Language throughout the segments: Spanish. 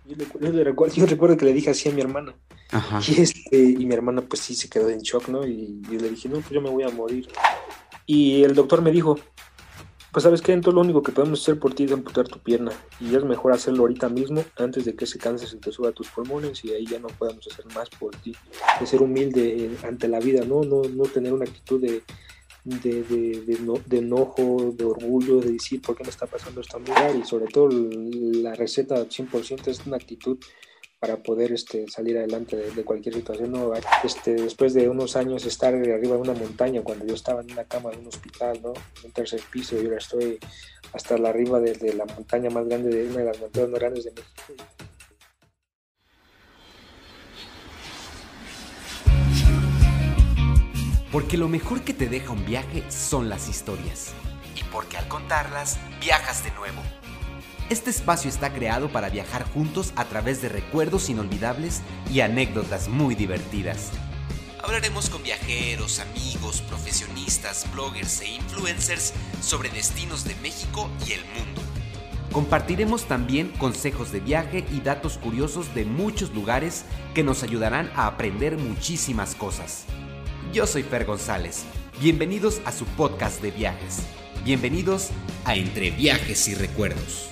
Yo recuerdo que le dije así a mi hermana. Ajá. Y mi hermana pues sí se quedó en shock, ¿no? Y yo le dije, no, pues yo me voy a morir. Y el doctor me dijo, pues sabes qué, entonces lo único que podemos hacer por ti es amputar tu pierna. Y es mejor hacerlo ahorita mismo, antes de que ese cáncer se te suba a tus pulmones y ahí ya no podamos hacer más por ti. De ser humilde ante la vida, ¿no? No tener una actitud de enojo, de orgullo, de decir por qué me está pasando esto a mí. Y sobre todo la receta 100% es una actitud para poder salir adelante de cualquier situación. ¿No? Después de unos años estar arriba de una montaña, cuando yo estaba en una cama de un hospital, ¿no? En un tercer piso, y ahora estoy hasta la arriba de la montaña más grande, de una de las montañas más grandes de México. Porque lo mejor que te deja un viaje son las historias. Y porque al contarlas, viajas de nuevo. Este espacio está creado para viajar juntos a través de recuerdos inolvidables y anécdotas muy divertidas. Hablaremos con viajeros, amigos, profesionistas, bloggers e influencers sobre destinos de México y el mundo. Compartiremos también consejos de viaje y datos curiosos de muchos lugares que nos ayudarán a aprender muchísimas cosas. Yo soy Fer González. Bienvenidos a su podcast de viajes. Bienvenidos a Entre Viajes y Recuerdos.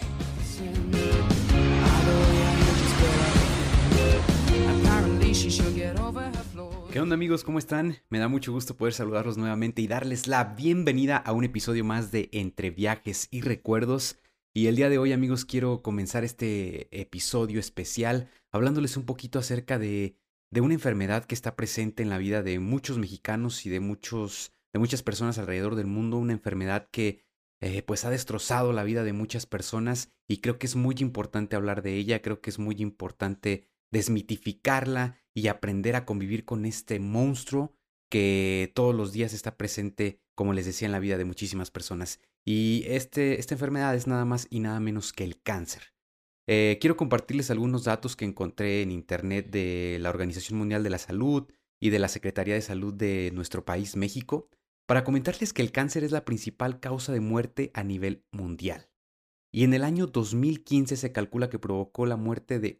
¿Qué onda, amigos? ¿Cómo están? Me da mucho gusto poder saludarlos nuevamente y darles la bienvenida a un episodio más de Entre Viajes y Recuerdos. Y el día de hoy, amigos, quiero comenzar este episodio especial hablándoles un poquito acerca de una enfermedad que está presente en la vida de muchos mexicanos y de muchas personas alrededor del mundo. Una enfermedad que pues ha destrozado la vida de muchas personas y creo que es muy importante hablar de ella. Creo que es muy importante desmitificarla y aprender a convivir con este monstruo que todos los días está presente, como les decía, en la vida de muchísimas personas. Y esta enfermedad es nada más y nada menos que el cáncer. Quiero compartirles algunos datos que encontré en internet de la Organización Mundial de la Salud y de la Secretaría de Salud de nuestro país, México, para comentarles que el cáncer es la principal causa de muerte a nivel mundial. Y en el año 2015 se calcula que provocó la muerte de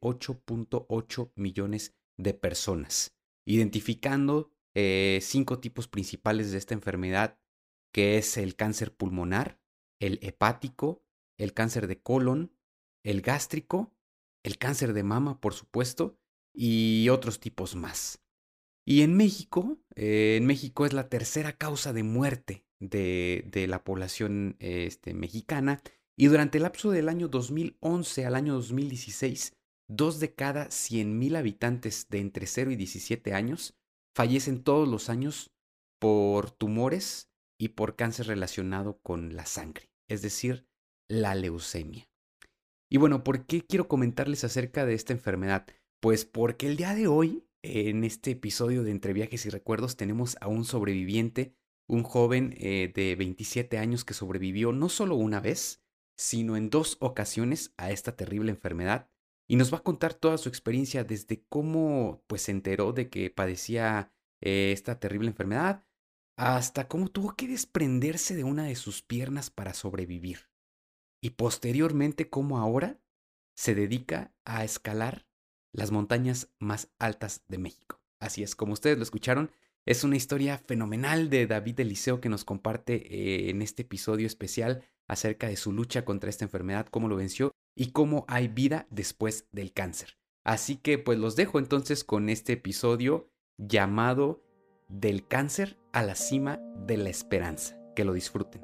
8.8 millones de personas, identificando 5 tipos principales de esta enfermedad, que es el cáncer pulmonar, el hepático, el cáncer de colon, el gástrico, el cáncer de mama, por supuesto, y otros tipos más. Y en México es la tercera causa de muerte de la población mexicana. Y durante el lapso del año 2011 al año 2016, 2 de cada 100,000 habitantes de entre 0 y 17 años fallecen todos los años por tumores y por cáncer relacionado con la sangre, es decir, la leucemia. Y bueno, ¿por qué quiero comentarles acerca de esta enfermedad? Pues porque el día de hoy, en este episodio de Entre Viajes y Recuerdos, tenemos a un sobreviviente, un joven de 27 años que sobrevivió no solo una vez, sino en 2 ocasiones a esta terrible enfermedad. Y nos va a contar toda su experiencia desde cómo pues, se enteró de que padecía esta terrible enfermedad, hasta cómo tuvo que desprenderse de una de sus piernas para sobrevivir y posteriormente cómo ahora se dedica a escalar las montañas más altas de México. Así es, como ustedes lo escucharon, es una historia fenomenal de David Eliseo que nos comparte en este episodio especial acerca de su lucha contra esta enfermedad, cómo lo venció y cómo hay vida después del cáncer. Así que pues los dejo entonces con este episodio llamado Del cáncer a la cima de la esperanza. Que lo disfruten.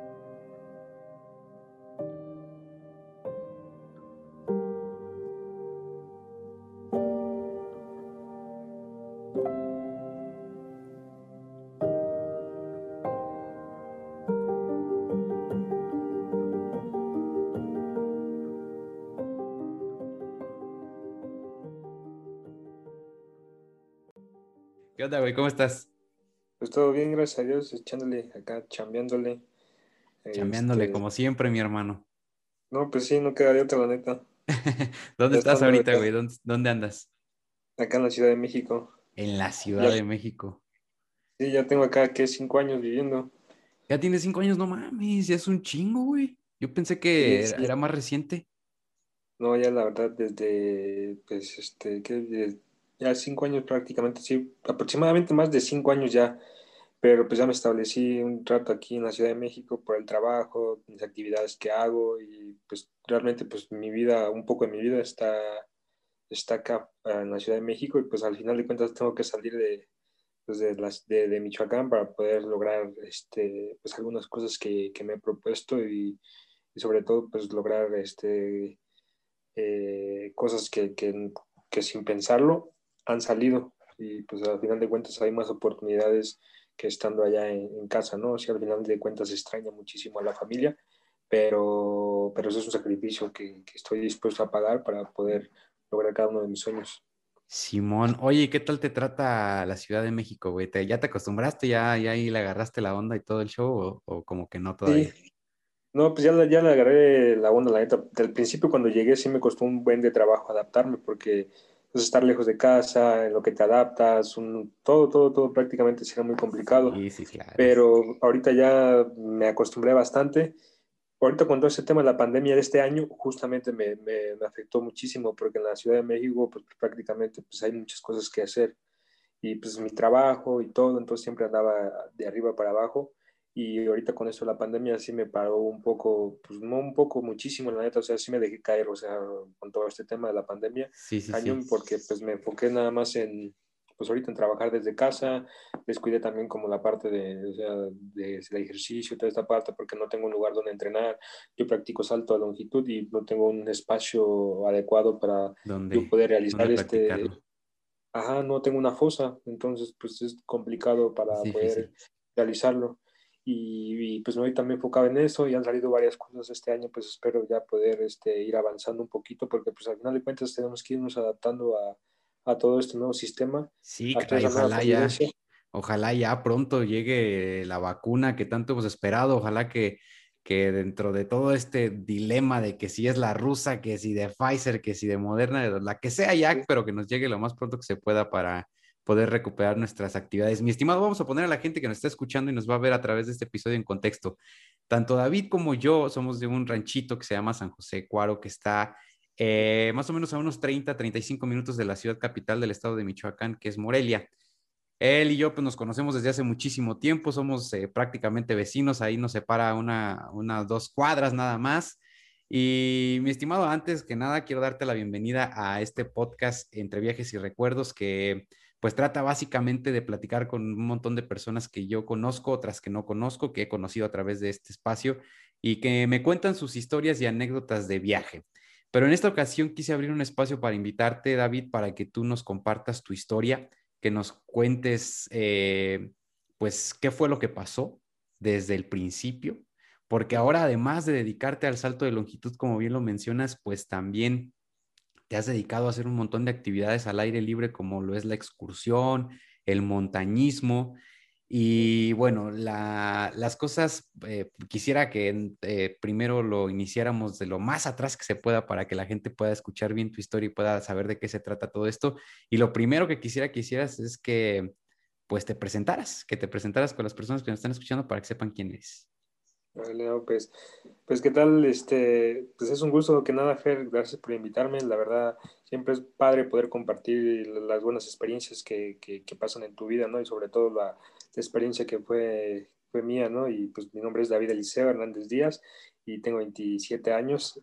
¿Qué onda, güey? ¿Cómo estás? Pues todo bien, gracias a Dios, echándole acá, chambeándole. Chambeándole como siempre, mi hermano. No, pues sí, no queda de otra, la neta. ¿Dónde Ya estás estando ahorita, güey? ¿Dónde andas? acá en la Ciudad de México. En la Ya, Ciudad de México. sí, ya tengo acá, ¿qué? 5 años viviendo. Ya tienes 5 años, no mames, ya es un chingo, güey. Yo pensé Sí, que era sí. más reciente. No, ya la verdad, desde, pues, ya 5 años prácticamente, sí, aproximadamente más de 5 años ya, pero pues ya me establecí un rato aquí en la Ciudad de México por el trabajo, mis actividades que hago y pues realmente pues mi vida, un poco de mi vida está acá en la Ciudad de México y pues al final de cuentas tengo que salir pues, de Michoacán para poder lograr pues algunas cosas que me he propuesto y sobre todo pues lograr cosas que sin pensarlo han salido y pues al final de cuentas hay más oportunidades que estando allá en casa, ¿no? O sea, al final de cuentas extraña muchísimo a la familia, pero eso es un sacrificio que estoy dispuesto a pagar para poder lograr cada uno de mis sueños. Simón, oye, ¿y qué tal te trata la Ciudad de México, güey? ¿Ya te acostumbraste? ¿Ya ahí le agarraste la onda y todo el show? ¿O como que no Sí, todavía? no, pues ya le agarré la onda, la neta. Del principio cuando llegué sí me costó un buen de trabajo adaptarme porque pues, estar lejos de casa, en lo que te adaptas, todo prácticamente será muy complicado. Sí, sí, claro. Pero ahorita ya me acostumbré bastante. Ahorita con todo ese tema de la pandemia de este año, justamente me afectó muchísimo porque en la Ciudad de México pues, prácticamente pues, hay muchas cosas que hacer y pues mi trabajo y todo, entonces siempre andaba de arriba para abajo y ahorita con eso de la pandemia sí me paró un poco, pues no un poco, muchísimo la neta, o sea, sí me dejé caer, o sea, con todo este tema de la pandemia, Sí, sí, sí. cañón, porque pues me enfoqué nada más en, pues ahorita en trabajar desde casa, descuidé también como la parte o sea, de ejercicio, toda esta parte, porque no tengo un lugar donde entrenar, yo practico salto a longitud y no tengo un espacio adecuado para yo ¿Dónde, poder dónde realizar practicarlo? ajá, no tengo una fosa, entonces pues es complicado Es para difícil. poder realizarlo. Pues me voy también enfocado en eso y han salido varias cosas este año, pues espero ya poder ir avanzando un poquito porque pues al final de cuentas tenemos que irnos adaptando a todo este nuevo sistema, Sí, a toda caray, esa nueva convivencia. ojalá ya pronto llegue la vacuna que tanto hemos esperado, ojalá que dentro de todo este dilema de que si es la rusa, que si de Pfizer, que si de Moderna, de la que sea ya, Sí, pero que nos llegue lo más pronto que se pueda para poder recuperar nuestras actividades. Mi estimado, vamos a poner a la gente que nos está escuchando y nos va a ver a través de este episodio en contexto. Tanto David como yo somos de un ranchito que se llama San José Cuaro, que está más o menos a unos 35 minutos de la ciudad capital del estado de Michoacán, que es Morelia. Él y yo pues, nos conocemos desde hace muchísimo tiempo, somos prácticamente vecinos, ahí nos separa unas 2 cuadras nada más. Y mi estimado, antes que nada, quiero darte la bienvenida a este podcast Entre Viajes y Recuerdos, que pues trata básicamente de platicar con un montón de personas que yo conozco, otras que no conozco, que he conocido a través de este espacio y que me cuentan sus historias y anécdotas de viaje. Pero en esta ocasión quise abrir un espacio para invitarte, David, para que tú nos compartas tu historia, que nos cuentes, pues, qué fue lo que pasó desde el principio, porque ahora además de dedicarte al salto de longitud, como bien lo mencionas, pues también te has dedicado a hacer un montón de actividades al aire libre, como lo es la excursión, el montañismo. Y bueno, las cosas, quisiera que primero lo iniciáramos de lo más atrás que se pueda para que la gente pueda escuchar bien tu historia y pueda saber de qué se trata todo esto. Y lo primero que quisiera que hicieras es que pues que te presentaras con las personas que nos están escuchando para que sepan quién eres. vale, no, pues qué tal, pues es un gusto que nada, Fer, gracias por invitarme, la verdad, siempre es padre poder compartir las buenas experiencias que pasan en tu vida, ¿no? Y sobre todo la experiencia que fue mía, ¿no? Y pues mi nombre es David Eliseo Hernández Díaz y tengo 27 años,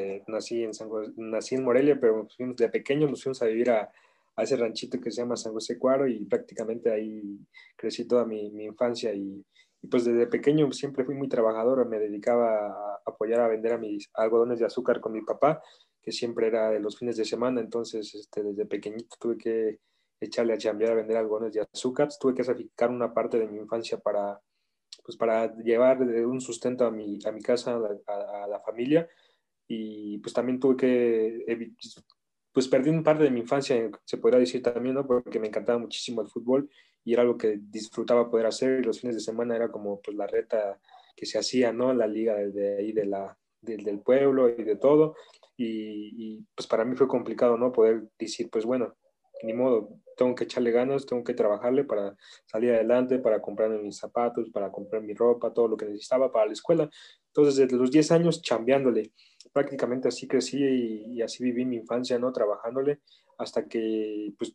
nací en Morelia, pero de pequeño nos fuimos a vivir a ese ranchito que se llama San José Cuaro y prácticamente ahí crecí toda mi infancia y pues desde pequeño siempre fui muy trabajador, me dedicaba a apoyar a vender a mis algodones de azúcar con mi papá, que siempre era de los fines de semana, entonces desde pequeñito tuve que echarle a chambear a vender algodones de azúcar, tuve que sacrificar una parte de mi infancia pues para llevar un sustento a mi casa, a la familia, y pues también tuve que pues perdí un parte de mi infancia, se podría decir también, ¿no? Porque me encantaba muchísimo el fútbol y era algo que disfrutaba poder hacer y los fines de semana era como pues la reta que se hacía, ¿no? La liga de ahí del pueblo y de todo pues para mí fue complicado, ¿no? Poder decir, pues bueno, ni modo, tengo que echarle ganas, tengo que trabajarle para salir adelante, para comprarme mis zapatos, para comprar mi ropa, todo lo que necesitaba para la escuela. Entonces, desde los 10 años, chambeándole. prácticamente así crecí y así viví mi infancia, ¿no? Trabajándole hasta que pues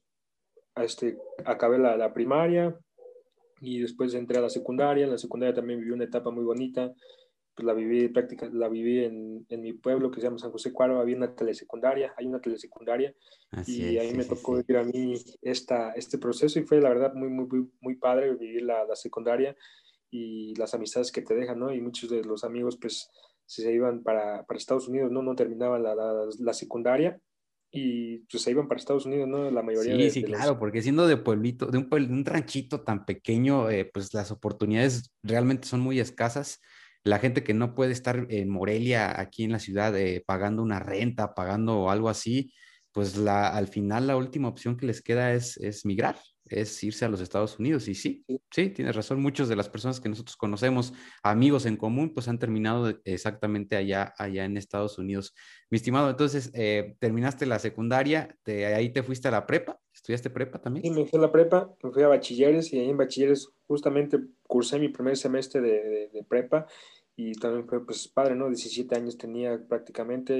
acabé la primaria y después entré a la secundaria. En la secundaria también viví una etapa muy bonita, pues la viví en mi pueblo que se llama San José Cuaro. Había una telesecundaria, hay una telesecundaria, Así y es, ahí sí, me sí, tocó sí. vivir a mí este proceso y fue la verdad muy padre vivir la secundaria y las amistades que te dejan, ¿no? Y muchos de los amigos pues se iban para Estados Unidos, ¿no? No terminaban la secundaria y pues se iban para Estados Unidos, ¿no? La mayoría Sí, sí, de los... claro, porque siendo de pueblito, de un ranchito tan pequeño, pues las oportunidades realmente son muy escasas. La gente que no puede estar en Morelia, aquí en la ciudad, pagando una renta, pagando algo así, pues al final la última opción que les queda es migrar, es irse a los Estados Unidos. Y sí, Sí, sí, tienes razón, muchas de las personas que nosotros conocemos, amigos en común, pues han terminado exactamente allá en Estados Unidos. Mi estimado, entonces, terminaste la secundaria, ahí te fuiste a la prepa, ¿estudiaste prepa también? sí, me fui a la prepa, me fui a bachilleres y ahí en bachilleres justamente cursé mi primer semestre de prepa y también fue pues padre, ¿no? 17 años tenía prácticamente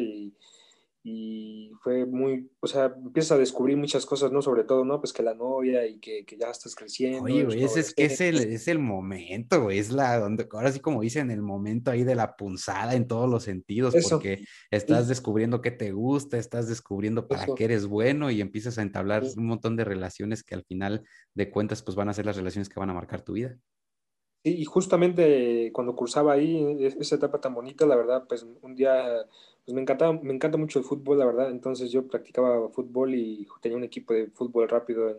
y fue muy, o sea, empiezas a descubrir muchas cosas, ¿no? Sobre todo, ¿no? Pues que la novia y que ya estás creciendo, Oye, eres güey, un ese es que adolescente. es el momento, güey, es la donde, ahora sí como dicen, el momento ahí de la punzada en todos los sentidos, Eso, porque estás sí, descubriendo qué te gusta, estás descubriendo para eso. qué eres bueno y empiezas a entablar Sí. un montón de relaciones que al final de cuentas pues van a ser las relaciones que van a marcar tu vida. Sí, y justamente cuando cursaba ahí, esa etapa tan bonita, la verdad, pues un día, pues me encanta mucho el fútbol, la verdad, entonces yo practicaba fútbol y tenía un equipo de fútbol rápido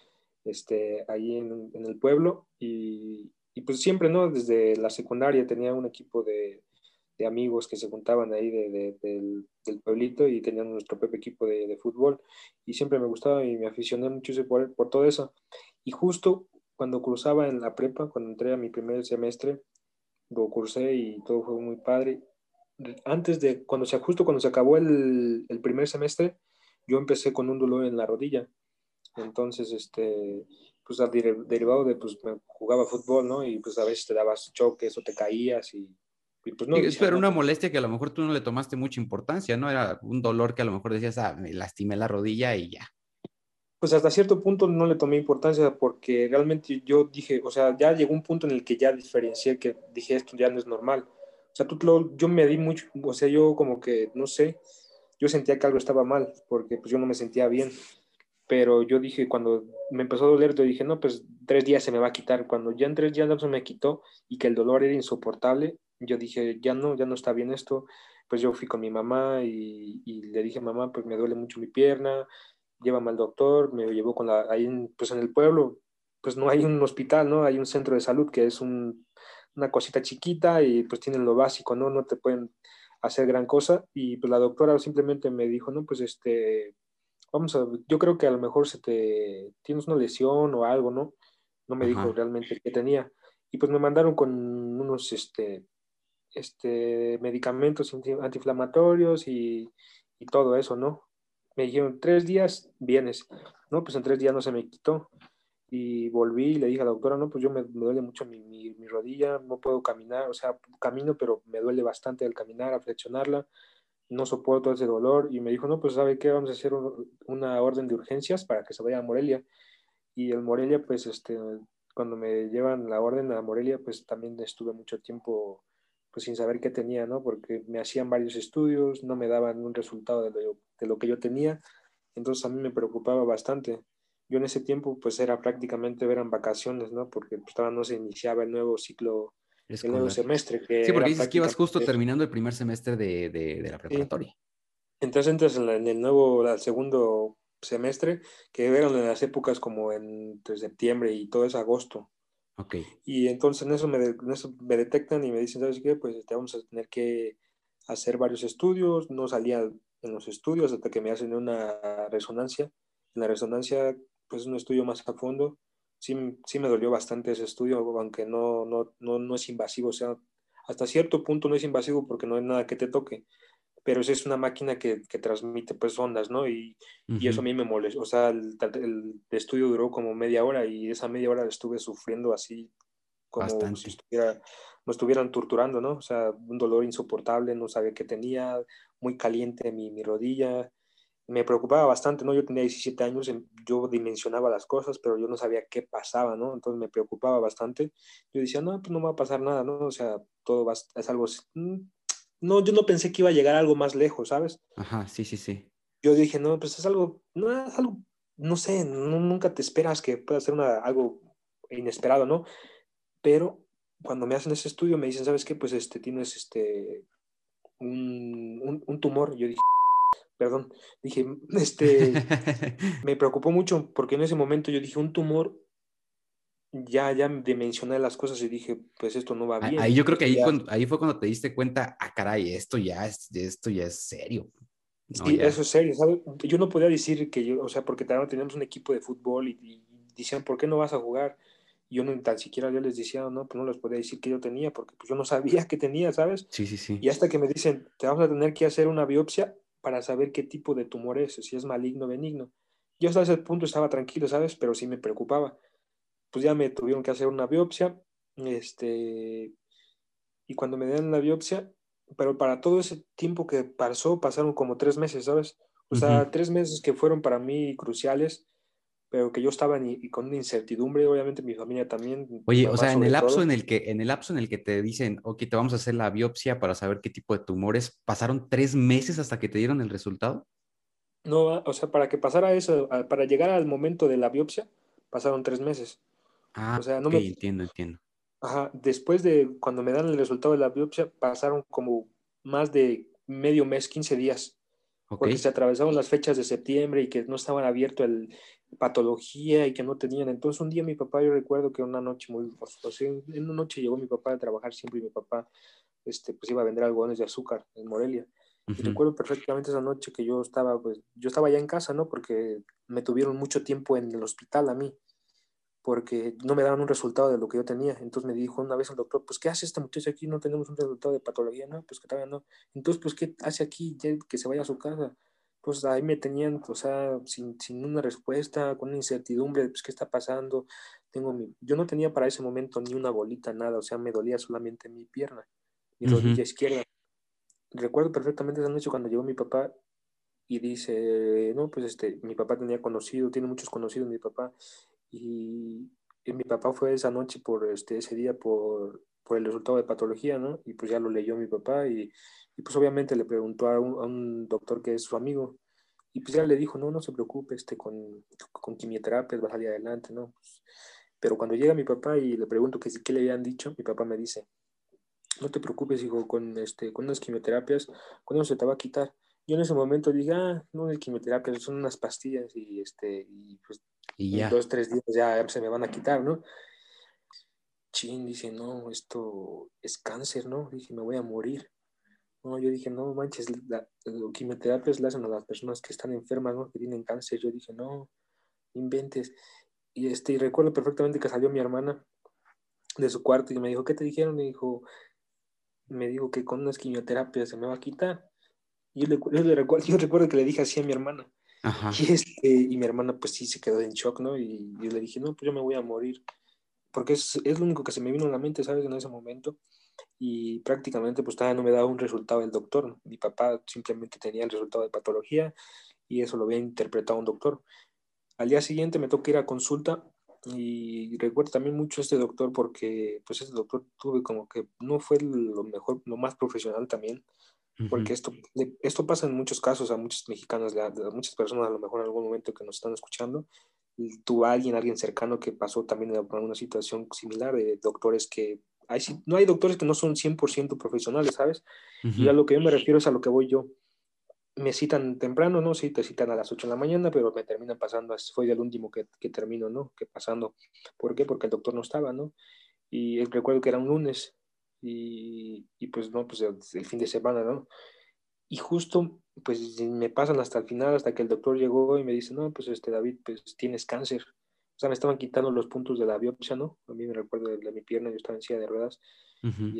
ahí en el pueblo y pues siempre, ¿no? Desde la secundaria tenía un equipo de amigos que se juntaban ahí del pueblito y tenían nuestro propio equipo de fútbol y siempre me gustaba y me aficioné mucho por todo eso. Y justo cuando cursaba en la prepa, cuando entré a mi primer semestre, lo cursé y todo fue muy padre. Justo cuando se acabó el primer semestre, yo empecé con un dolor en la rodilla. Entonces, pues derivado de, pues me jugaba fútbol, ¿no? Y pues a veces te dabas choques o te caías y pues no decías Pero una nada. molestia que a lo mejor tú no le tomaste mucha importancia, ¿no? Era un dolor que a lo mejor decías, ah, me lastimé la rodilla y ya. Pues hasta cierto punto no le tomé importancia porque realmente yo dije, o sea, ya llegó un punto en el que ya diferencié que dije esto ya no es normal. O sea, yo me di mucho, o sea, yo como que, no sé, yo sentía que algo estaba mal porque pues yo no me sentía bien, pero yo dije, cuando me empezó a doler, yo dije, no, pues 3 días se me va a quitar. Cuando ya en 3 días no se me quitó y que el dolor era insoportable, yo dije, ya no está bien esto. Pues yo fui con mi mamá y le dije, mamá, pues me duele mucho mi pierna, llévame al doctor. Me llevó ahí pues en el pueblo, pues no hay un hospital, ¿no? Hay un centro de salud que es una cosita chiquita y pues tienen lo básico, ¿no? No te pueden hacer gran cosa. Y pues la doctora simplemente me dijo, no, pues yo creo que a lo mejor tienes una lesión o algo, ¿no? No me dijo Ajá. realmente qué tenía. Y pues me mandaron con unos, medicamentos antiinflamatorios y todo eso, ¿no? Me dijeron, 3 días vienes, ¿no? Pues en 3 días no se me quitó. Y volví y le dije a la doctora, no, pues me duele mucho mi rodilla, no puedo caminar, o sea, camino, pero me duele bastante al caminar, a flexionarla, no soporto ese dolor. Y me dijo, no, pues ¿sabe qué? Vamos a hacer una orden de urgencias para que se vaya a Morelia. Y el Morelia, pues, cuando me llevan la orden a Morelia, pues también estuve mucho tiempo, pues, sin saber qué tenía, ¿no? Porque me hacían varios estudios, no me daban un resultado de lo que yo tenía, entonces a mí me preocupaba bastante. Yo en ese tiempo, pues, era prácticamente, eran vacaciones, ¿no? Porque pues, todavía no se iniciaba el nuevo ciclo, el nuevo Escolar. semestre, Sí, que porque era dices que ibas justo prácticamente, terminando el primer semestre de la sí. preparatoria. Entonces entras en el nuevo, al segundo semestre, que eran en las épocas como entre septiembre y todo es agosto. Ok. Y entonces en eso me detectan y me dicen, ¿sabes qué? Pues te vamos a tener que hacer varios estudios. No salía en los estudios hasta que me hacen una resonancia. En la resonancia, pues es un estudio más a fondo. Sí, sí me dolió bastante ese estudio, aunque no es invasivo. O sea, hasta cierto punto no es invasivo porque no hay nada que te toque, pero sí es una máquina que transmite pues ondas, ¿no? Y eso a Ujú. mí me molesta. O sea, el estudio duró como media hora y esa media hora estuve sufriendo así como si Bastante. me estuvieran torturando, ¿no? O sea, un dolor insoportable, no sabía qué tenía, muy caliente mi rodilla. Me preocupaba bastante, ¿no? Yo tenía 17 años, yo dimensionaba las cosas, pero yo no sabía qué pasaba, ¿no? Entonces me preocupaba bastante. Yo decía, no, pues no me va a pasar nada, ¿no? O sea, todo va, es algo... No, yo no pensé que iba a llegar a algo más lejos, ¿sabes? Ajá, sí, sí, sí. Yo dije, no, pues es algo, no sé, nunca te esperas que pueda ser algo inesperado, ¿no? Pero cuando me hacen ese estudio me dicen, ¿sabes qué? Pues tienes un tumor. Yo dije, perdón, dije, me preocupó mucho porque en ese momento yo dije, un tumor, ya dimensioné las cosas y dije, pues esto no va Ahí bien, yo creo que esto ahí, ya, ahí fue cuando te diste cuenta, ah, caray, esto ya es serio. No, sí, eso ya. es serio, ¿sabes? Yo no podía decir que yo, o sea, porque teníamos un equipo de fútbol y decían, ¿por qué no vas a jugar? Y yo no, tan siquiera yo les decía, no, pues no les podía decir que yo tenía, porque pues yo no sabía que tenía, ¿sabes? Sí, sí, Y sí. hasta que me dicen, te vamos a tener que hacer una biopsia para saber qué tipo de tumor es, si es maligno o benigno. Yo hasta ese punto estaba tranquilo, ¿sabes? Pero sí me preocupaba. Pues ya me tuvieron que hacer una biopsia, y cuando me dieron la biopsia, pero para todo ese tiempo que pasó, pasaron como 3 meses, ¿sabes? O Ujú. sea, 3 meses que fueron para mí cruciales, pero que yo estaba y con una incertidumbre, obviamente mi familia también, mi Oye, o mamá sea, sobre todo. en el lapso en el que te dicen, ok, te vamos a hacer la biopsia para saber qué tipo de tumores, ¿pasaron 3 meses hasta que te dieron el resultado? No, o sea, para que pasara eso, para llegar al momento de la biopsia, pasaron 3 meses. Ah, O sea, no ok, me, entiendo, entiendo. ajá, después de cuando me dan el resultado de la biopsia, pasaron como más de medio mes, 15 días, Ok. porque se atravesaron las fechas de septiembre y que no estaban abiertos el patología y que no tenían. Entonces un día mi papá, yo recuerdo que una noche o sea, en una noche llegó mi papá a trabajar siempre y mi papá, pues iba a vender algodones de azúcar en Morelia. Y Ujú. recuerdo perfectamente esa noche que yo estaba ya en casa, ¿no? Porque me tuvieron mucho tiempo en el hospital a mí, porque no me daban un resultado de lo que yo tenía. Entonces me dijo una vez el doctor, pues, ¿qué hace este muchacho aquí? No tenemos un resultado de patología, ¿no? Pues que todavía no. Entonces, pues, ¿qué hace aquí? Ya que se vaya a su casa. Pues ahí me tenían, o sea, sin una respuesta, con una incertidumbre, pues, ¿qué está pasando? Yo no tenía para ese momento ni una bolita, nada, o sea, me dolía solamente mi pierna, mi rodilla Ujú. izquierda. Recuerdo perfectamente esa noche cuando llegó mi papá y dice, no, pues mi papá tiene muchos conocidos, mi papá, y mi papá fue esa noche ese día por el resultado de patología, ¿no? Y pues ya lo leyó mi papá y pues obviamente le preguntó a un doctor que es su amigo y pues ya le dijo, no, no se preocupe, con quimioterapia va a salir adelante, ¿no? Pues, pero cuando llega mi papá y le pregunto que sí, ¿qué le habían dicho? Mi papá me dice, no te preocupes, hijo, con unas quimioterapias, ¿cuándo se te va a quitar? Yo en ese momento dije, no de quimioterapias, son unas pastillas y pues Y en ya. 2, 3 días ya se me van a quitar, ¿no? Chin, dice, no, esto es cáncer, ¿no? Dije, me voy a morir. No, yo dije, no manches, la quimioterapias la hacen a las personas que están enfermas, ¿no? Que tienen cáncer. Yo dije, no, inventes. Y recuerdo perfectamente que salió mi hermana de su cuarto y me dijo, ¿qué te dijeron? Me dijo que con unas quimioterapias se me va a quitar. Yo recuerdo que le dije así a mi hermana. Ajá. Y mi hermana pues sí se quedó en shock, ¿no? Y yo le dije, no, pues yo me voy a morir. Porque es lo único que se me vino a la mente, ¿sabes? En ese momento. Y prácticamente pues todavía no me daba un resultado el doctor, ¿no? Mi papá simplemente tenía el resultado de patología y eso lo había interpretado un doctor. Al día siguiente me tocó ir a consulta y recuerdo también mucho a este doctor porque pues este doctor tuve como que no fue lo mejor, lo más profesional también, Ujú. porque esto pasa en muchos casos a muchos mexicanos, a muchas personas a lo mejor en algún momento que nos están escuchando, y tuvo alguien cercano que pasó también por una situación similar de doctores que, no hay doctores que no son 100% profesionales, ¿sabes? Y a Ujú. lo que yo me refiero es a lo que voy yo. Me citan temprano, ¿no? Sí, te citan a las 8 de la mañana, pero me terminan pasando, fue el último que termino, ¿no? Que pasando. ¿Por qué? Porque el doctor no estaba, ¿no? Y recuerdo que era un lunes y pues no, pues el fin de semana, ¿no? Y justo, pues me pasan hasta el final, hasta que el doctor llegó y me dice, no, pues David, pues tienes cáncer. O sea, me estaban quitando los puntos de la biopsia, ¿no? A mí me recuerdo de mi pierna, yo estaba en silla de ruedas Ujú. y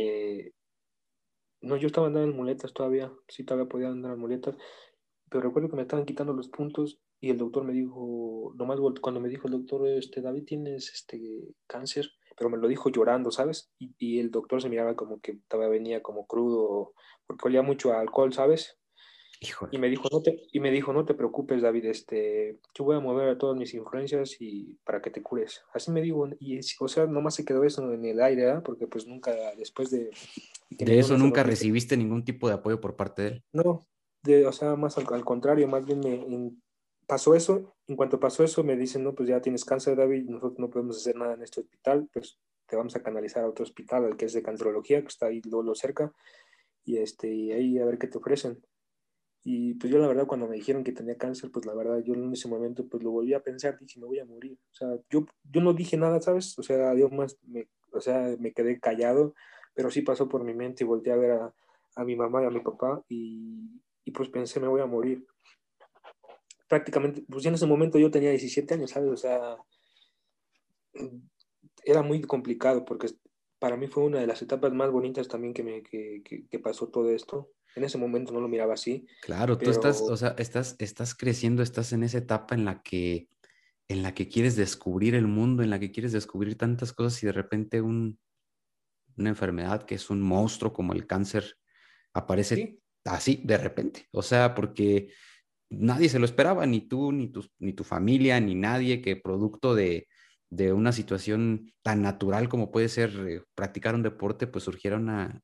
no, yo estaba andando en muletas todavía, sí todavía podía andar en muletas, pero recuerdo que me estaban quitando los puntos y el doctor me dijo, cuando me dijo el doctor, David, tienes cáncer, pero me lo dijo llorando, ¿sabes? Y el doctor se miraba como que todavía venía como crudo, porque olía mucho a alcohol, ¿sabes? Y Híjole. me dijo, no te preocupes, David, yo voy a mover a todas mis influencias y para que te cures. Así me dijo, y o sea, nomás se quedó eso en el aire, ¿eh? Porque pues nunca, después de que me De dieron eso esa nunca noticia, recibiste ningún tipo de apoyo por parte de él. no, o sea, más al contrario, más bien pasó eso. En cuanto pasó eso, me dicen, no, pues ya tienes cáncer, David, nosotros no podemos hacer nada en este hospital, pues te vamos a canalizar a otro hospital, al que es de cancerología, que está ahí luego cerca, y ahí a ver qué te ofrecen. Y pues yo la verdad cuando me dijeron que tenía cáncer, pues la verdad yo en ese momento pues lo volví a pensar, dije, me voy a morir. O sea, yo no dije nada, ¿sabes? O sea, Dios más, o sea, me quedé callado, pero sí pasó por mi mente y volteé a ver a mi mamá y a mi papá y pues pensé, me voy a morir. Prácticamente, pues ya en ese momento yo tenía 17 años, ¿sabes? O sea, era muy complicado porque para mí fue una de las etapas más bonitas también que pasó todo esto. En ese momento no lo miraba así, Claro, tú estás, pero o sea, estás creciendo, estás en esa etapa en la que quieres descubrir el mundo, en la que quieres descubrir tantas cosas y de repente una enfermedad que es un monstruo como el cáncer aparece sí. así de repente. O sea, porque nadie se lo esperaba, ni tú, ni tu familia, ni nadie que producto de una situación tan natural como puede ser practicar un deporte, pues surgiera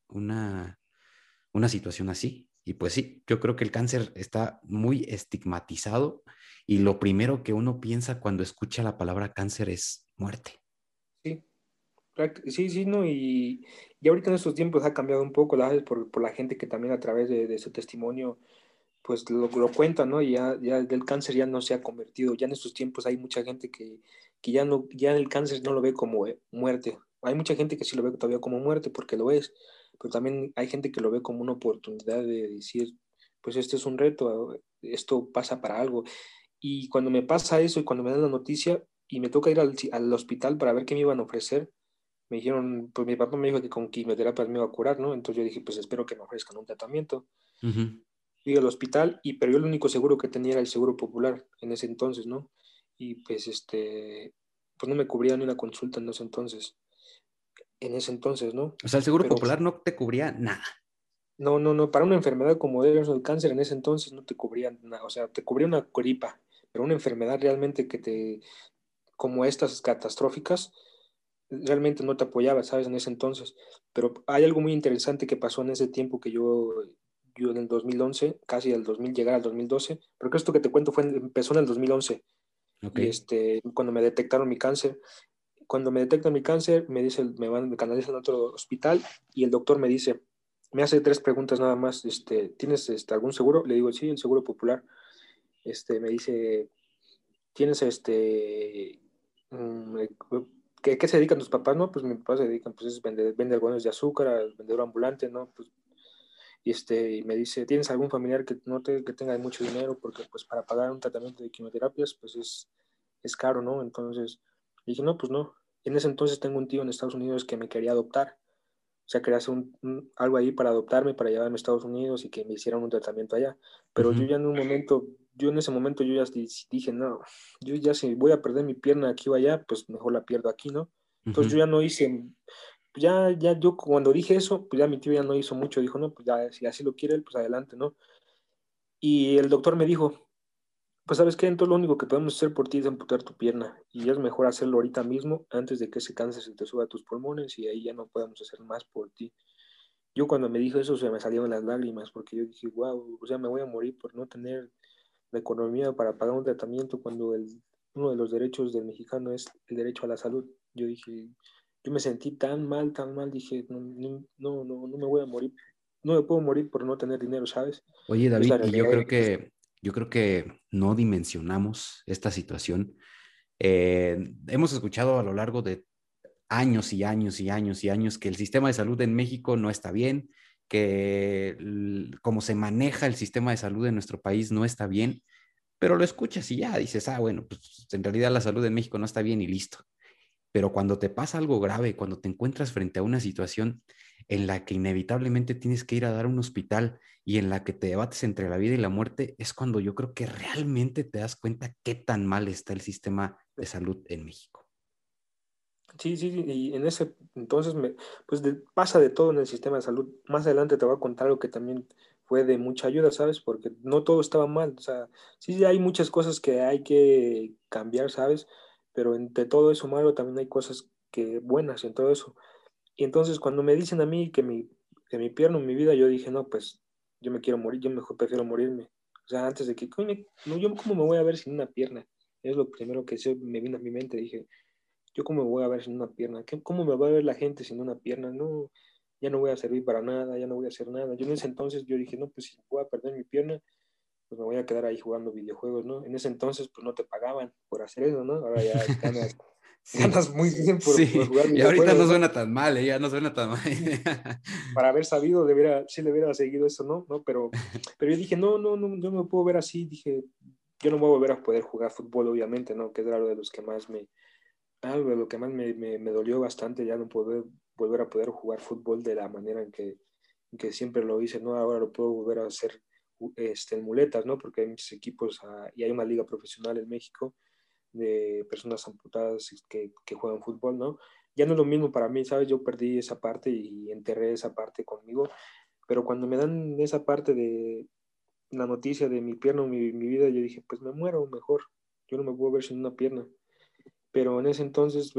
una situación así. Y pues sí, yo creo que el cáncer está muy estigmatizado y lo primero que uno piensa cuando escucha la palabra cáncer es muerte. Sí, sí, sí, no, y ahorita en estos tiempos ha cambiado un poco, ¿sabes? Por la gente que también a través de su testimonio, pues lo cuenta, ¿no? Y ya el cáncer ya no se ha convertido, ya en estos tiempos hay mucha gente que ya no, ya el cáncer no lo ve como muerte. Hay mucha gente que sí lo ve todavía como muerte porque lo es, pero también hay gente que lo ve como una oportunidad de decir, pues este es un reto, esto pasa para algo. Y cuando me pasa eso y cuando me dan la noticia y me toca ir al hospital para ver qué me iban a ofrecer, me dijeron, pues mi papá me dijo que con quimioterapia me iba a curar, ¿no? Entonces yo dije, pues espero que me ofrezcan un tratamiento. Ujú. Fui al hospital, pero yo el único seguro que tenía era el seguro popular en ese entonces, ¿no? Y pues pues no me cubría ni una consulta en ese entonces, ¿no? O sea, el Seguro Pero Popular no te cubría nada. no, no, no, para una enfermedad como era el cáncer en ese entonces no te cubría nada, o sea, te cubría una gripa, pero una enfermedad realmente como estas catastróficas, realmente no te apoyaba, ¿sabes? En ese entonces. Pero hay algo muy interesante que pasó en ese tiempo que yo en el 2011, casi al 2000, llegar al 2012, porque esto que te cuento empezó en el 2011 Ok. y cuando me detectaron mi cáncer. Cuando me detectan mi cáncer, me canalizan a otro hospital y el doctor me hace tres preguntas nada más. ¿Tienes algún seguro? Le digo, sí, el seguro popular. Me dice, ¿tienes mm, eh, ¿qué se dedican tus papás? No, pues mis papás se dedican, pues es vende algodones de azúcar, vendedor ambulante, ¿no? Pues, y me dice, ¿tienes algún familiar que tenga mucho dinero? Porque pues para pagar un tratamiento de quimioterapias, pues es caro, ¿no? Entonces, dije, no, pues no. En ese entonces tengo un tío en Estados Unidos que me quería adoptar. O sea, quería hacer algo ahí para adoptarme, para llevarme a Estados Unidos y que me hicieran un tratamiento allá. Pero Ujú, yo en ese momento yo ya dije, no, yo ya si voy a perder mi pierna aquí o allá, pues mejor la pierdo aquí, ¿no? Entonces yo ujú. ya no hice, ya yo cuando dije eso, pues ya mi tío ya no hizo mucho, dijo, no, pues ya si así lo quiere él, pues adelante, ¿no? Y el doctor me dijo, pues sabes qué, entonces lo único que podemos hacer por ti es amputar tu pierna y es mejor hacerlo ahorita mismo antes de que ese cáncer se te suba a tus pulmones y ahí ya no podemos hacer más por ti. Yo cuando me dijo eso se me salieron las lágrimas porque yo dije, wow, o sea, me voy a morir por no tener la economía para pagar un tratamiento cuando uno de los derechos del mexicano es el derecho a la salud. Yo dije, yo me sentí tan mal, dije, no, no me voy a morir, no me puedo morir por no tener dinero, ¿sabes? Oye, Es la David, y realidad de que yo creo que no dimensionamos esta situación. Hemos escuchado a lo largo de años y años y años y años que el sistema de salud en México no está bien, que como se maneja el sistema de salud en nuestro país no está bien, pero lo escuchas y ya dices, ah, bueno, pues en realidad la salud en México no está bien y listo. Pero cuando te pasa algo grave, cuando te encuentras frente a una situación en la que inevitablemente tienes que ir a dar a un hospital y en la que te debates entre la vida y la muerte, es cuando yo creo que realmente te das cuenta qué tan mal está el sistema de salud en México. Sí, sí, sí, y en ese entonces pues pasa de todo en el sistema de salud. Más adelante te voy a contar algo que también fue de mucha ayuda, ¿sabes? Porque no todo estaba mal. O sea, sí, sí, hay muchas cosas que hay que cambiar, ¿sabes? Pero entre todo eso malo también hay cosas que buenas en todo eso. Y entonces cuando me dicen a mí que mi pierna, mi vida, yo dije, no, pues yo me quiero morir, yo mejor prefiero morirme. O sea, antes de que, coño, no, yo cómo me voy a ver sin una pierna. Es lo primero que me vino a mi mente. Dije, yo cómo me voy a ver sin una pierna, ¿cómo me va a ver la gente sin una pierna? No, ya no voy a servir para nada, ya no voy a hacer nada. Yo en ese entonces yo dije, no, pues si voy a perder mi pierna, pues me voy a quedar ahí jugando videojuegos, ¿no? En ese entonces pues no te pagaban por hacer eso, ¿no? Ahora ya ganas, Sí, ganas muy bien por sí, jugar y ahorita no videojuegos, ¿no? suena tan mal, ya no suena tan mal. Para haber sabido, sí le hubiera seguido eso, ¿no? ¿No? Pero yo dije, no, no, no, yo no me puedo ver así, dije, yo no voy a volver a poder jugar fútbol, obviamente, ¿no? Que es algo de los que más algo de lo que más me dolió bastante, ya no poder volver a poder jugar fútbol de la manera en que siempre lo hice, ¿no? Ahora lo puedo volver a hacer en muletas, ¿no? Porque hay muchos equipos y hay una liga profesional en México de personas amputadas que juegan fútbol, ¿no? Ya no es lo mismo para mí, ¿sabes? Yo perdí esa parte y enterré esa parte conmigo, pero cuando me dan esa parte de la noticia de mi pierna o mi vida, yo dije, pues me muero mejor, yo no me puedo ver sin una pierna. Pero en ese entonces,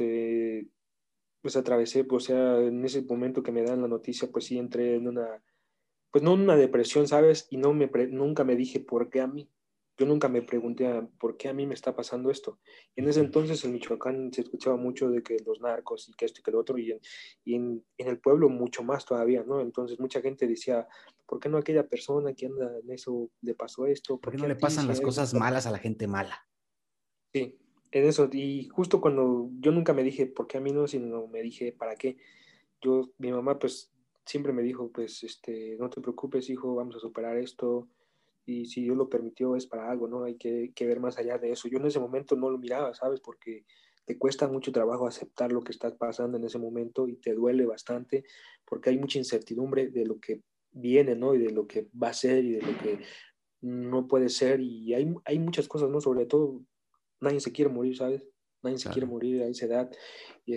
pues atravesé, pues, o sea, en ese momento que me dan la noticia, pues sí entré en pues no en una depresión, ¿sabes? Y nunca me dije por qué a mí. Yo nunca me pregunté por qué a mí me está pasando esto. Y en ese Ujú. entonces en Michoacán se escuchaba mucho de que los narcos y que esto y que lo otro, y en el pueblo mucho más todavía, ¿no? Entonces mucha gente decía, ¿por qué no a aquella persona que anda en eso le pasó esto? ¿Por ¿Por qué no qué a le ti pasan si las eres... cosas malas a la gente mala? Sí, en eso. Y justo cuando yo nunca me dije por qué a mí no, sino me dije para qué. Mi mamá pues siempre me dijo, pues, no te preocupes, hijo, vamos a superar esto. Y si Dios lo permitió es para algo, ¿no? Hay que ver más allá de eso. Yo en ese momento no lo miraba, ¿sabes? Porque te cuesta mucho trabajo aceptar lo que estás pasando en ese momento y te duele bastante porque hay mucha incertidumbre de lo que viene, ¿no? Y de lo que va a ser y de lo que no puede ser. Y hay muchas cosas, ¿no? Sobre todo nadie se quiere morir, ¿sabes? Nadie se quiere Claro. morir a esa edad. Y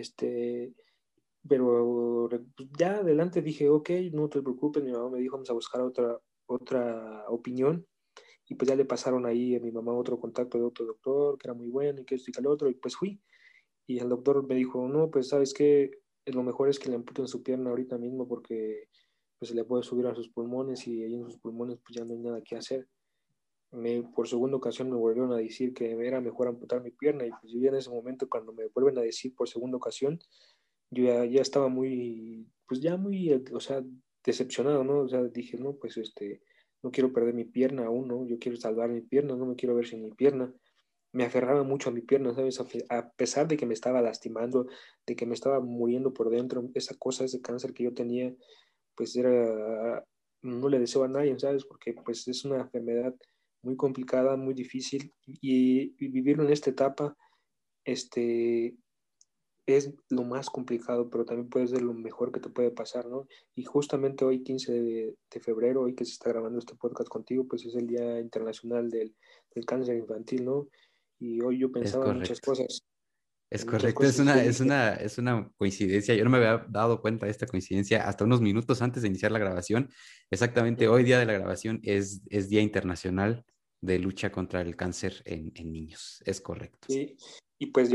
pero pues, ya adelante dije, ok, no te preocupes, mi mamá me dijo, vamos a buscar otra opinión. Y pues ya le pasaron ahí a mi mamá otro contacto de otro doctor, que era muy bueno y que esto y que lo otro, y pues fui. Y el doctor me dijo, no, pues sabes qué, lo mejor es que le amputen su pierna ahorita mismo porque pues se le puede subir a sus pulmones y ahí en sus pulmones pues ya no hay nada que hacer. Por segunda ocasión me volvieron a decir que era mejor amputar mi pierna y pues yo ya en ese momento cuando me vuelven a decir por segunda ocasión, yo ya estaba muy, pues ya muy, o sea, decepcionado, ¿no? O sea, dije, no, pues no quiero perder mi pierna aún, ¿no? Yo quiero salvar mi pierna, no me quiero ver sin mi pierna. Me aferraba mucho a mi pierna, ¿sabes? A pesar de que me estaba lastimando, de que me estaba muriendo por dentro, esa cosa, ese cáncer que yo tenía, pues no le deseo a nadie, ¿sabes? Porque pues es una enfermedad muy complicada, muy difícil y vivirlo en esta etapa, este, es lo más complicado, pero también puede ser lo mejor que te puede pasar, ¿no? Y justamente hoy, 15 de febrero, hoy que se está grabando este podcast contigo, pues es el Día Internacional del Cáncer Infantil, ¿no? Y hoy yo Es pensaba correcto. Es en muchas correcto, cosas y yo dije, es una coincidencia. Yo no me había dado cuenta de esta coincidencia hasta unos minutos antes de iniciar la grabación. Exactamente, hoy día de la grabación es Día Internacional de Lucha contra el Cáncer en Niños. Es correcto. y pues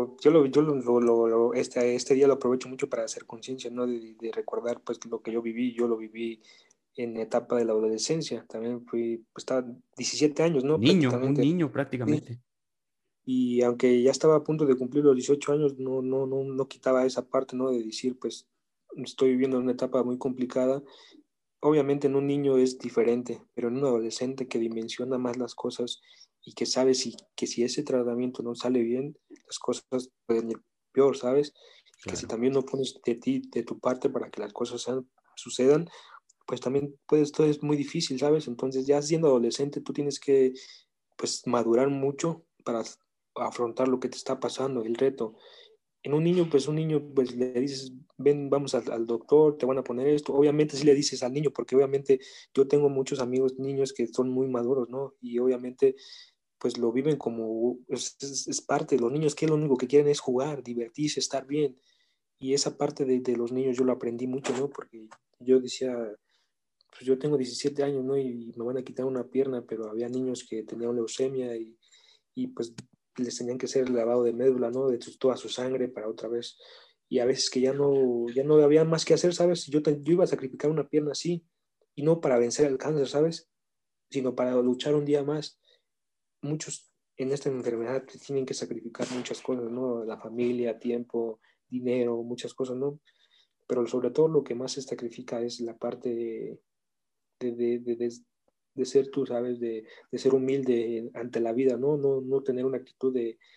este día lo aprovecho mucho para hacer conciencia, ¿no? De recordar pues lo que yo lo viví en etapa de la adolescencia, también pues estaba 17 años, ¿no? Un Prácticamente. niño Sí. prácticamente. Y aunque ya estaba a punto de cumplir los 18 años, no, no, no, no quitaba esa parte, ¿no? De decir, pues estoy viviendo una etapa muy complicada. Obviamente en un niño es diferente, pero en un adolescente que dimensiona más las cosas y que sabe que si ese tratamiento no sale bien, las cosas pueden ir peor, ¿sabes? Y que si Claro. también no pones de tu parte para que las cosas sucedan, pues también todo es muy difícil, ¿sabes? Entonces ya siendo adolescente tú tienes que pues madurar mucho para afrontar lo que te está pasando, el reto. En un niño, pues le dices, ven, vamos al doctor, te van a poner esto. Obviamente sí le dices al niño, porque obviamente yo tengo muchos amigos niños que son muy maduros, ¿no? Y obviamente pues lo viven como es parte de los niños, que lo único que quieren es jugar, divertirse, estar bien. Y esa parte de los niños yo lo aprendí mucho, ¿no? Porque yo decía, pues yo tengo 17 años, ¿no? Y me van a quitar una pierna, pero había niños que tenían leucemia y pues les tenían que hacer el lavado de médula, ¿no? De toda su sangre para otra vez. Y a veces que ya no había más que hacer, ¿sabes? Yo iba a sacrificar una pierna así, y no para vencer el cáncer, ¿sabes? Sino para luchar un día más. Muchos en esta enfermedad tienen que sacrificar muchas cosas, ¿no? La familia, tiempo, dinero, muchas cosas, ¿no? Pero sobre todo lo que más se sacrifica es la parte de, de, de, de, de ser tú, ¿sabes? De ser humilde ante la vida, ¿no? No tener una actitud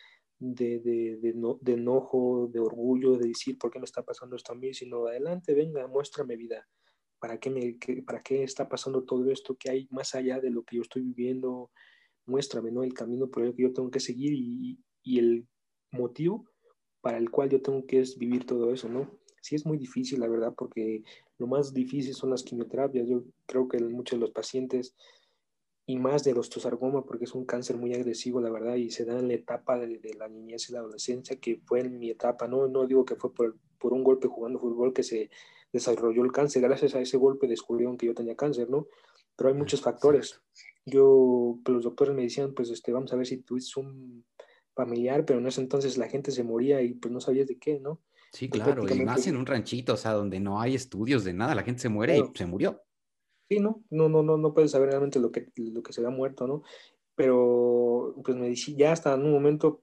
de enojo, de orgullo, de decir, ¿por qué me está pasando esto a mí? Sino, adelante, venga, muéstrame vida. ¿Para qué está pasando todo esto? ¿Qué hay más allá de lo que yo estoy viviendo? Muéstrame, ¿no? El camino por el que yo tengo que seguir y el motivo para el cual yo tengo que es vivir todo eso, ¿no? Sí es muy difícil, la verdad, porque lo más difícil son las quimioterapias. Yo creo que muchos de los pacientes, y más de los osteosarcoma, porque es un cáncer muy agresivo, la verdad, y se da en la etapa de la niñez y la adolescencia, que fue en mi etapa, ¿no? No digo que fue por un golpe jugando fútbol que se desarrolló el cáncer. Gracias a ese golpe descubrieron que yo tenía cáncer, ¿no? Pero hay muchos Exacto. factores. Pues los doctores me decían, pues vamos a ver si tuviste un familiar, pero en ese entonces la gente se moría y pues no sabías de qué, ¿no? Sí, Pues claro, y más prácticamente, en un ranchito, o sea, donde no hay estudios de nada, la gente se muere y claro, se murió. sí, no puedes saber realmente lo que se ha muerto, ¿no? Pero pues me decía, ya hasta en un momento,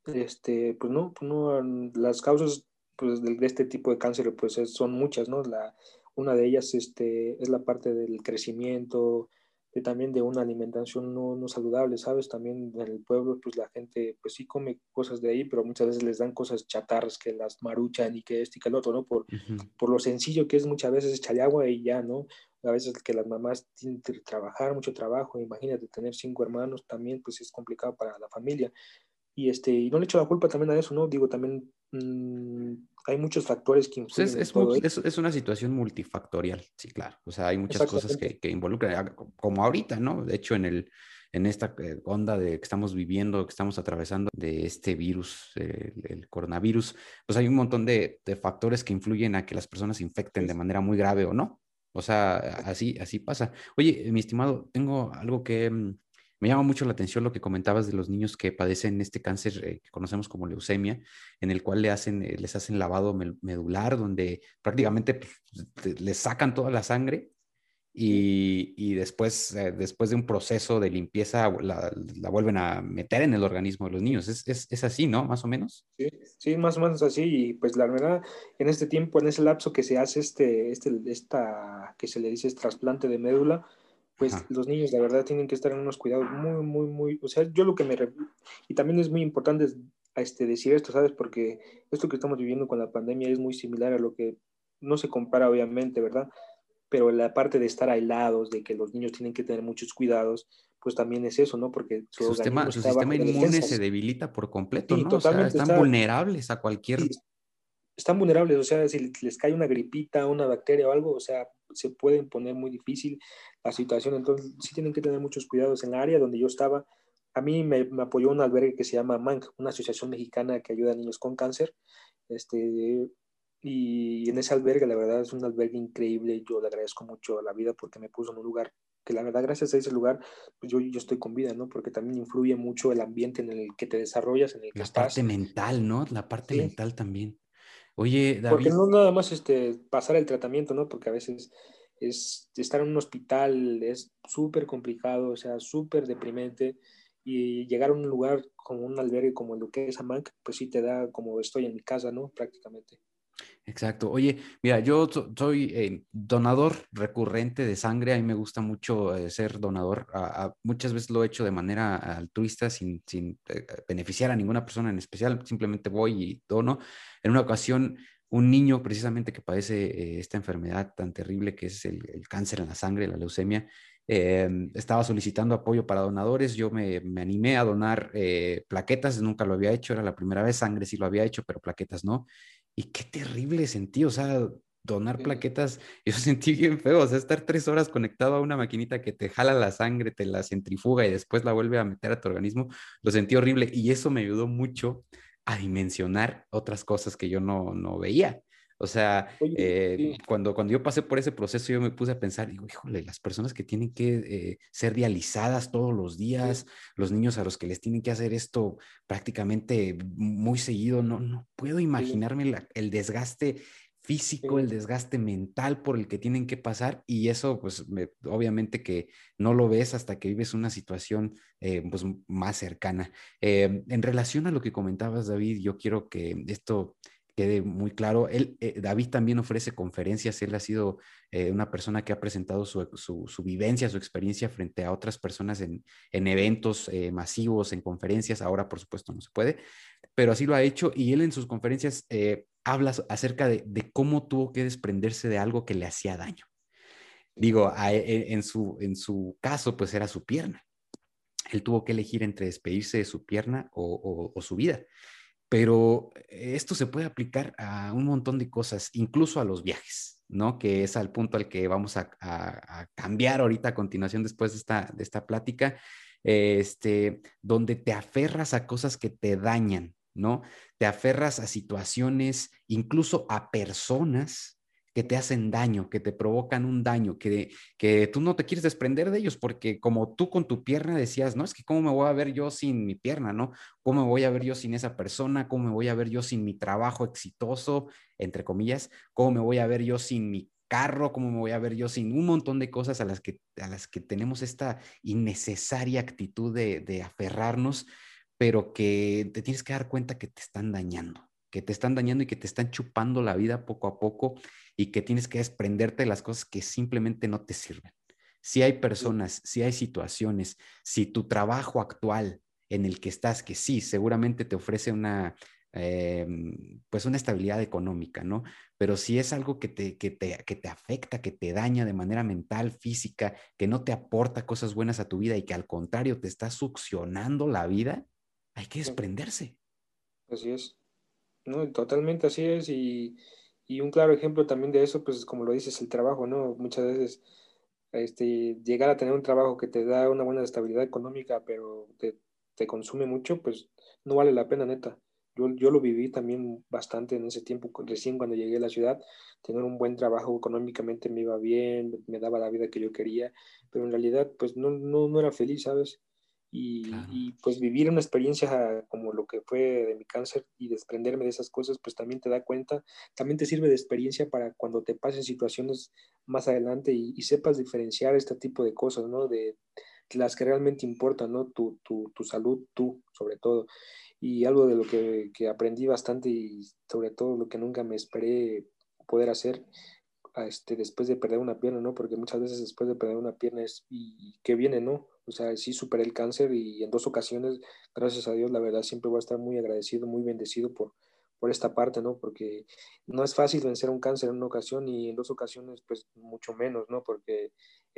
pues no, las causas pues de este tipo de cáncer pues son muchas, ¿no? Una de ellas es la parte del crecimiento, también de una alimentación no saludable, ¿sabes? También en el pueblo pues la gente pues sí come cosas de ahí, pero muchas veces les dan cosas chatarras que las maruchan y que esto y que el otro, ¿no? Ujú. Por lo sencillo que es muchas veces echarle agua y ya, ¿no? A veces que las mamás tienen que trabajar, mucho trabajo, imagínate tener 5 hermanos también, pues es complicado para la familia. Y no le echo la culpa también a eso, ¿no? Digo, también hay muchos factores que Pues influyen en todo esto. es una situación multifactorial, sí, claro. O sea, hay muchas cosas Exactamente. que involucran, como ahorita, ¿no? De hecho, en esta onda de que estamos viviendo, que estamos atravesando de este virus, el coronavirus, pues hay un montón de factores que influyen a que las personas se infecten de Sí, manera muy grave o no. O sea, así pasa. Oye, mi estimado, tengo algo que me llama mucho la atención lo que comentabas de los niños que padecen este cáncer que conocemos como leucemia en el cual les hacen lavado medular, donde sí, prácticamente pues, les sacan toda la sangre sí, y después, después de un proceso de limpieza la vuelven a meter en el organismo de los sí. niños. Es así, ¿no? Más o menos. Sí, sí, más o menos así. Y pues la verdad, en este tiempo, en ese lapso que se hace que se le dice es trasplante de médula, pues Ajá. los niños, la verdad, tienen que estar en unos cuidados muy, o sea, yo lo que y también es muy importante decir esto, ¿sabes? Porque esto que estamos viviendo con la pandemia es muy similar a lo que no se compara, obviamente, ¿verdad? Pero la parte de estar aislados, de que los niños tienen que tener muchos cuidados, pues también es eso, ¿no? Porque su organismo Su está sistema bajo de inmune se defensas. debilita por completo, Sí, ¿no? O sea, totalmente están está. vulnerables a Sí, cualquier... están vulnerables, o sea, si les cae una gripita, una bacteria o algo, o sea, se pueden poner muy difícil la situación, entonces sí tienen que tener muchos cuidados. En la área donde yo estaba, a mí me apoyó un albergue que se llama MANC, una asociación mexicana que ayuda a niños con cáncer, y en ese albergue, la verdad, es un albergue increíble, yo le agradezco mucho a la vida porque me puso en un lugar que la verdad, gracias a ese lugar, pues yo estoy con vida, ¿no? Porque también influye mucho el ambiente en el que te desarrollas, en el que La parte estás, mental, ¿no? La parte ¿sí? mental también. Oye, Porque David, no nada más pasar el tratamiento, ¿no? Porque a veces estar en un hospital es súper complicado, o sea, súper deprimente. Y llegar a un lugar como un albergue como el que es Amac, pues sí te da como estoy en mi casa, ¿no? Prácticamente. exacto. Oye, mira, yo soy donador recurrente de sangre. A mí me gusta mucho ser donador. Muchas veces lo he hecho de manera altruista, sin beneficiar a ninguna persona en especial. Simplemente voy y dono. En una ocasión, un niño precisamente que padece esta enfermedad tan terrible que es el cáncer en la sangre, la leucemia, estaba solicitando apoyo para donadores. Yo me animé a donar plaquetas. Nunca lo había hecho. Era la primera vez. Sangre sí lo había hecho, pero plaquetas no. Y qué terrible sentí, o sea, donar Sí, plaquetas, yo sentí bien feo, o sea, estar 3 horas conectado a una maquinita que te jala la sangre, te la centrifuga y después la vuelve a meter a tu organismo, lo sentí horrible y eso me ayudó mucho a dimensionar otras cosas que yo no veía. O sea, oye, sí, cuando yo pasé por ese proceso, yo me puse a pensar, digo, híjole, las personas que tienen que ser dializadas todos los días, sí, los niños a los que les tienen que hacer esto prácticamente muy seguido, no puedo sí, imaginarme el desgaste físico, el sí, desgaste mental por el que tienen que pasar y eso pues obviamente que no lo ves hasta que vives una situación pues más cercana. En relación a lo que comentabas, David, yo quiero que esto quede muy claro. David también ofrece conferencias, él ha sido una persona que ha presentado su vivencia, su experiencia frente a otras personas en eventos masivos, en conferencias, ahora por supuesto no se puede, pero así lo ha hecho y él en sus conferencias habla acerca de cómo tuvo que desprenderse de algo que le hacía daño. Digo, en su caso, pues era su pierna. Él tuvo que elegir entre despedirse de su pierna o su vida. Pero esto se puede aplicar a un montón de cosas, incluso a los viajes, ¿no? Que es al punto al que vamos a cambiar ahorita a continuación después de esta plática, donde te aferras a cosas que te dañan, ¿no? Te aferras a situaciones, incluso a personas que te hacen daño, que te provocan un daño, que tú no te quieres desprender de ellos, porque como tú con tu pierna decías, no, es que cómo me voy a ver yo sin mi pierna, ¿no? ¿Cómo me voy a ver yo sin esa persona? ¿Cómo me voy a ver yo sin mi trabajo exitoso, entre comillas? ¿Cómo me voy a ver yo sin mi carro? ¿Cómo me voy a ver yo sin un montón de cosas a las que tenemos esta innecesaria actitud de aferrarnos, pero que te tienes que dar cuenta que te están dañando? Que te están dañando y que te están chupando la vida poco a poco y que tienes que desprenderte de las cosas que simplemente no te sirven. Si hay sí, personas, si hay situaciones, si tu trabajo actual en el que estás, que sí, seguramente te ofrece eh, pues una estabilidad económica, ¿no? Pero si es algo que te afecta, que te daña de manera mental, física, que no te aporta cosas buenas a tu vida y que al contrario te está succionando la vida, hay que sí, desprenderse. así es. No, totalmente así es. Y un claro ejemplo también de eso, pues como lo dices, el trabajo, ¿no? Muchas veces llegar a tener un trabajo que te da una buena estabilidad económica, pero te consume mucho, pues no vale la pena, neta. Yo lo viví también bastante en ese tiempo, recién cuando llegué a la ciudad, tener un buen trabajo económicamente me iba bien, me daba la vida que yo quería, pero en realidad pues no era feliz, ¿sabes? Claro. Pues vivir una experiencia como lo que fue de mi cáncer y desprenderme de esas cosas, pues también te da cuenta, también te sirve de experiencia para cuando te pasen situaciones más adelante y sepas diferenciar este tipo de cosas, ¿no? De las que realmente importan, ¿no? Tu salud, tú, sobre todo. Y algo de lo que aprendí bastante y sobre todo lo que nunca me esperé poder hacer después de perder una pierna, ¿no? Porque muchas veces después de perder una pierna es, ¿y qué viene, no? O sea, sí superé el cáncer y en 2 ocasiones, gracias a Dios, la verdad, siempre voy a estar muy agradecido, muy bendecido por esta parte, ¿no? Porque no es fácil vencer un cáncer en una ocasión y en 2 ocasiones, pues mucho menos, ¿no? Porque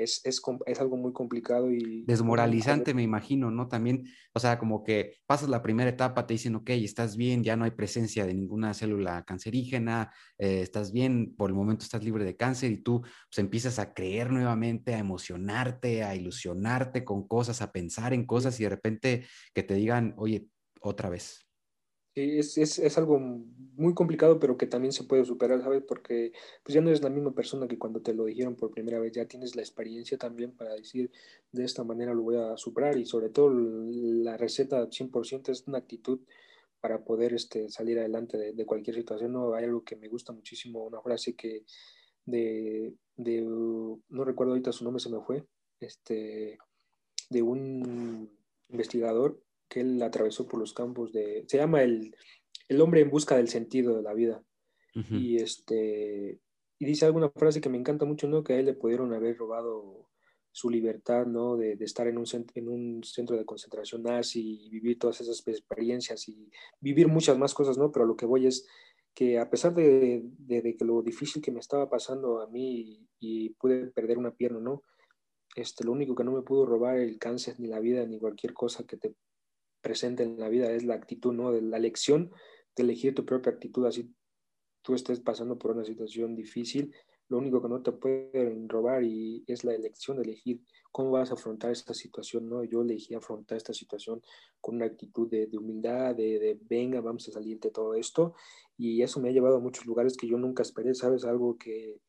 es algo muy complicado y Desmoralizante, me imagino, ¿no? También, o sea, como que pasas la primera etapa, te dicen, ok, estás bien, ya no hay presencia de ninguna célula cancerígena, estás bien, por el momento estás libre de cáncer y tú pues, empiezas a creer nuevamente, a emocionarte, a ilusionarte con cosas, a pensar en cosas y de repente que te digan, oye, otra vez. sí, es algo muy complicado, pero que también se puede superar, ¿sabes? Porque pues ya no eres la misma persona que cuando te lo dijeron por primera vez, ya tienes la experiencia también para decir, de esta manera lo voy a superar y sobre todo la receta 100% es una actitud para poder salir adelante de cualquier situación. No, hay algo que me gusta muchísimo, una frase que no recuerdo ahorita su nombre, se me fue, de un investigador que él atravesó por los campos se llama el hombre en busca del sentido de la vida. Ujú. Y dice alguna frase que me encanta mucho, ¿no? Que a él le pudieron haber robado su libertad, ¿no? De estar en un centro de concentración nazi y vivir todas esas experiencias y vivir muchas más cosas, ¿no? Pero lo que voy es que a pesar de que lo difícil que me estaba pasando a mí y pude perder una pierna, ¿no? Lo único que no me pudo robar el cáncer, ni la vida, ni cualquier cosa que te presente en la vida es la actitud, ¿no? De la elección de elegir tu propia actitud. Así tú estés pasando por una situación difícil, lo único que no te pueden robar y es la elección de elegir cómo vas a afrontar esta situación, ¿no? Yo elegí afrontar esta situación con una actitud de humildad, de venga, vamos a salir de todo esto, y eso me ha llevado a muchos lugares que yo nunca esperé, ¿sabes? Algo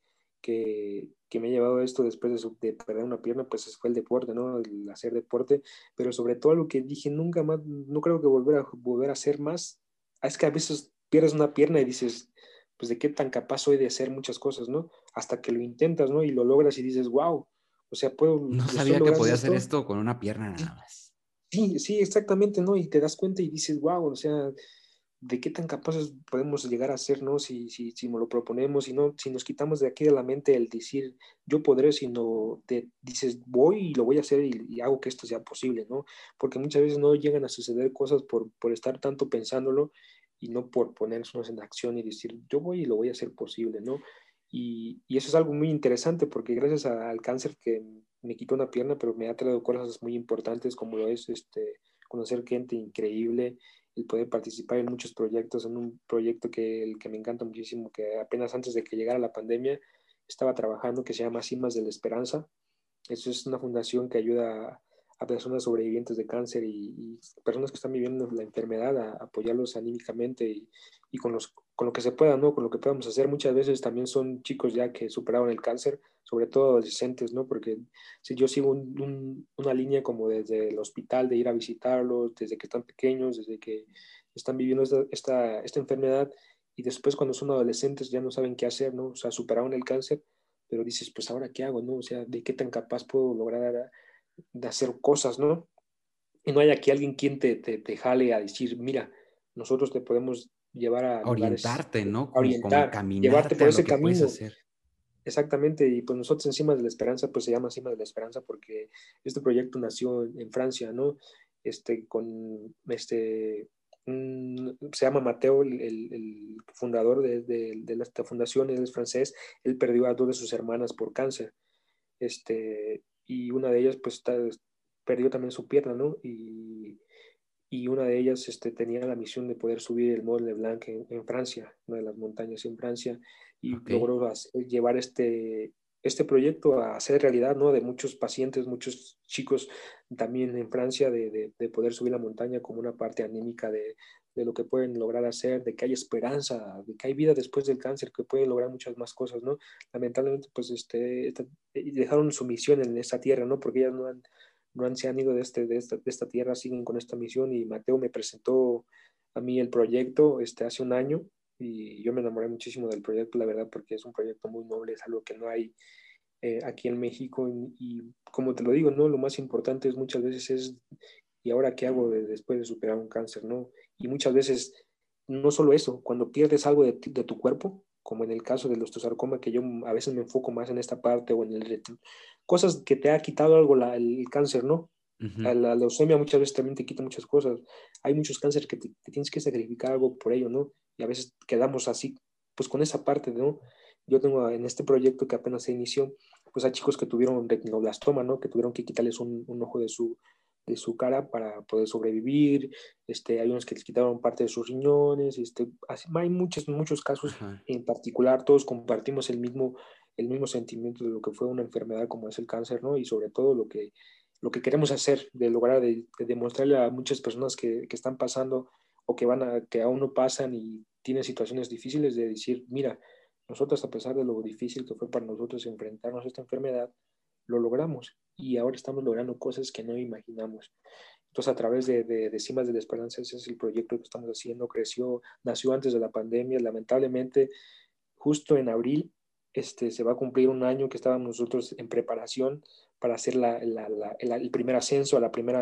que me ha llevado a esto después de perder una pierna, pues fue el deporte, ¿no? El hacer deporte, pero sobre todo algo que dije nunca más, no creo que volver a hacer más, es que a veces pierdes una pierna y dices, pues de qué tan capaz soy de hacer muchas cosas, ¿no? Hasta que lo intentas, ¿no? Y lo logras y dices, wow, o sea, No lo estoy sabía que logrando podía hacer esto. esto con una pierna nada Sí, más. sí, sí, exactamente, ¿no? Y te das cuenta y dices, wow, o sea, de qué tan capaces podemos llegar a ser, ¿no? Si nos lo proponemos, si nos quitamos de aquí de la mente el decir, yo podré, sino te dices, voy y lo voy a hacer y hago que esto sea posible, ¿no? Porque muchas veces no llegan a suceder cosas por estar tanto pensándolo y no por ponernos en acción y decir, yo voy y lo voy a hacer posible, ¿no? Y eso es algo muy interesante porque gracias al cáncer que me quitó una pierna, pero me ha traído cosas muy importantes como lo es conocer gente increíble, el poder participar en muchos proyectos, en un proyecto el que me encanta muchísimo, que apenas antes de que llegara la pandemia estaba trabajando, que se llama Cimas de la Esperanza. Eso es una fundación que ayuda a personas sobrevivientes de cáncer y personas que están viviendo la enfermedad, a apoyarlos anímicamente y con lo que se pueda, ¿no? Con lo que podamos hacer. Muchas veces también son chicos ya que superaron el cáncer, sobre todo adolescentes, ¿no? Porque si yo sigo una línea como desde el hospital, de ir a visitarlos, desde que están pequeños, desde que están viviendo esta enfermedad y después cuando son adolescentes ya no saben qué hacer, ¿no? O sea, superaron el cáncer, pero dices, pues ahora qué hago, ¿no? O sea, ¿de qué tan capaz puedo lograr de hacer cosas, ¿no? Y no hay aquí alguien quien te jale a decir, mira, nosotros te podemos llevar a lugares, Orientarte, ¿no? a Como orientar, llevarte caminarte por a lo ese que puedes camino. hacer. Exactamente, y pues nosotros encima de la Esperanza, pues se llama Encima de la Esperanza porque este proyecto nació en Francia, ¿no? Se llama Mateo, el fundador de esta fundación, él es francés, él perdió a dos de sus hermanas por cáncer, y una de ellas pues perdió también su pierna, ¿no? Y una de ellas tenía la misión de poder subir el Mont Blanc en Francia, una de las montañas en Francia, y Ok. logró llevar este proyecto a hacer realidad, ¿no? De muchos pacientes, muchos chicos también en Francia, de poder subir la montaña como una parte anímica de lo que pueden lograr hacer, de que hay esperanza, de que hay vida después del cáncer, que pueden lograr muchas más cosas, ¿no? Lamentablemente, pues, dejaron su misión en esta tierra, ¿no? Porque ellas se han ido de esta tierra, siguen con esta misión y Mateo me presentó a mí el proyecto hace un año y yo me enamoré muchísimo del proyecto, la verdad, porque es un proyecto muy noble, es algo que no hay aquí en México y como te lo digo, ¿no? Lo más importante es muchas veces ¿y ahora qué hago después de superar un cáncer, ¿no? Y muchas veces, no solo eso, cuando pierdes algo de tu cuerpo, como en el caso del osteosarcoma, que yo a veces me enfoco más en esta parte o en cosas que te ha quitado algo el cáncer, ¿no? Ujú. La leucemia muchas veces también te quita muchas cosas. Hay muchos cánceres que te tienes que sacrificar algo por ello, ¿no? Y a veces quedamos así, pues con esa parte, ¿no? Yo tengo en este proyecto que apenas se inició, pues hay chicos que tuvieron retinoblastoma, ¿no? Que tuvieron que quitarles un ojo de su cara para poder sobrevivir. Hay unos que les quitaron parte de sus riñones. Hay muchos casos Ajá. en particular. Todos compartimos el mismo sentimiento de lo que fue una enfermedad como es el cáncer, ¿no? Y sobre todo lo que queremos hacer, de lograr de demostrarle a muchas personas que están pasando o que aún no pasan y tienen situaciones difíciles, de decir, mira, nosotros a pesar de lo difícil que fue para nosotros enfrentarnos a esta enfermedad, lo logramos y ahora estamos logrando cosas que no imaginamos. Entonces, a través de Cimas de la Esperanza, ese es el proyecto que estamos haciendo. Nació antes de la pandemia. Lamentablemente, justo en abril, se va a cumplir un año que estábamos nosotros en preparación para hacer el primer ascenso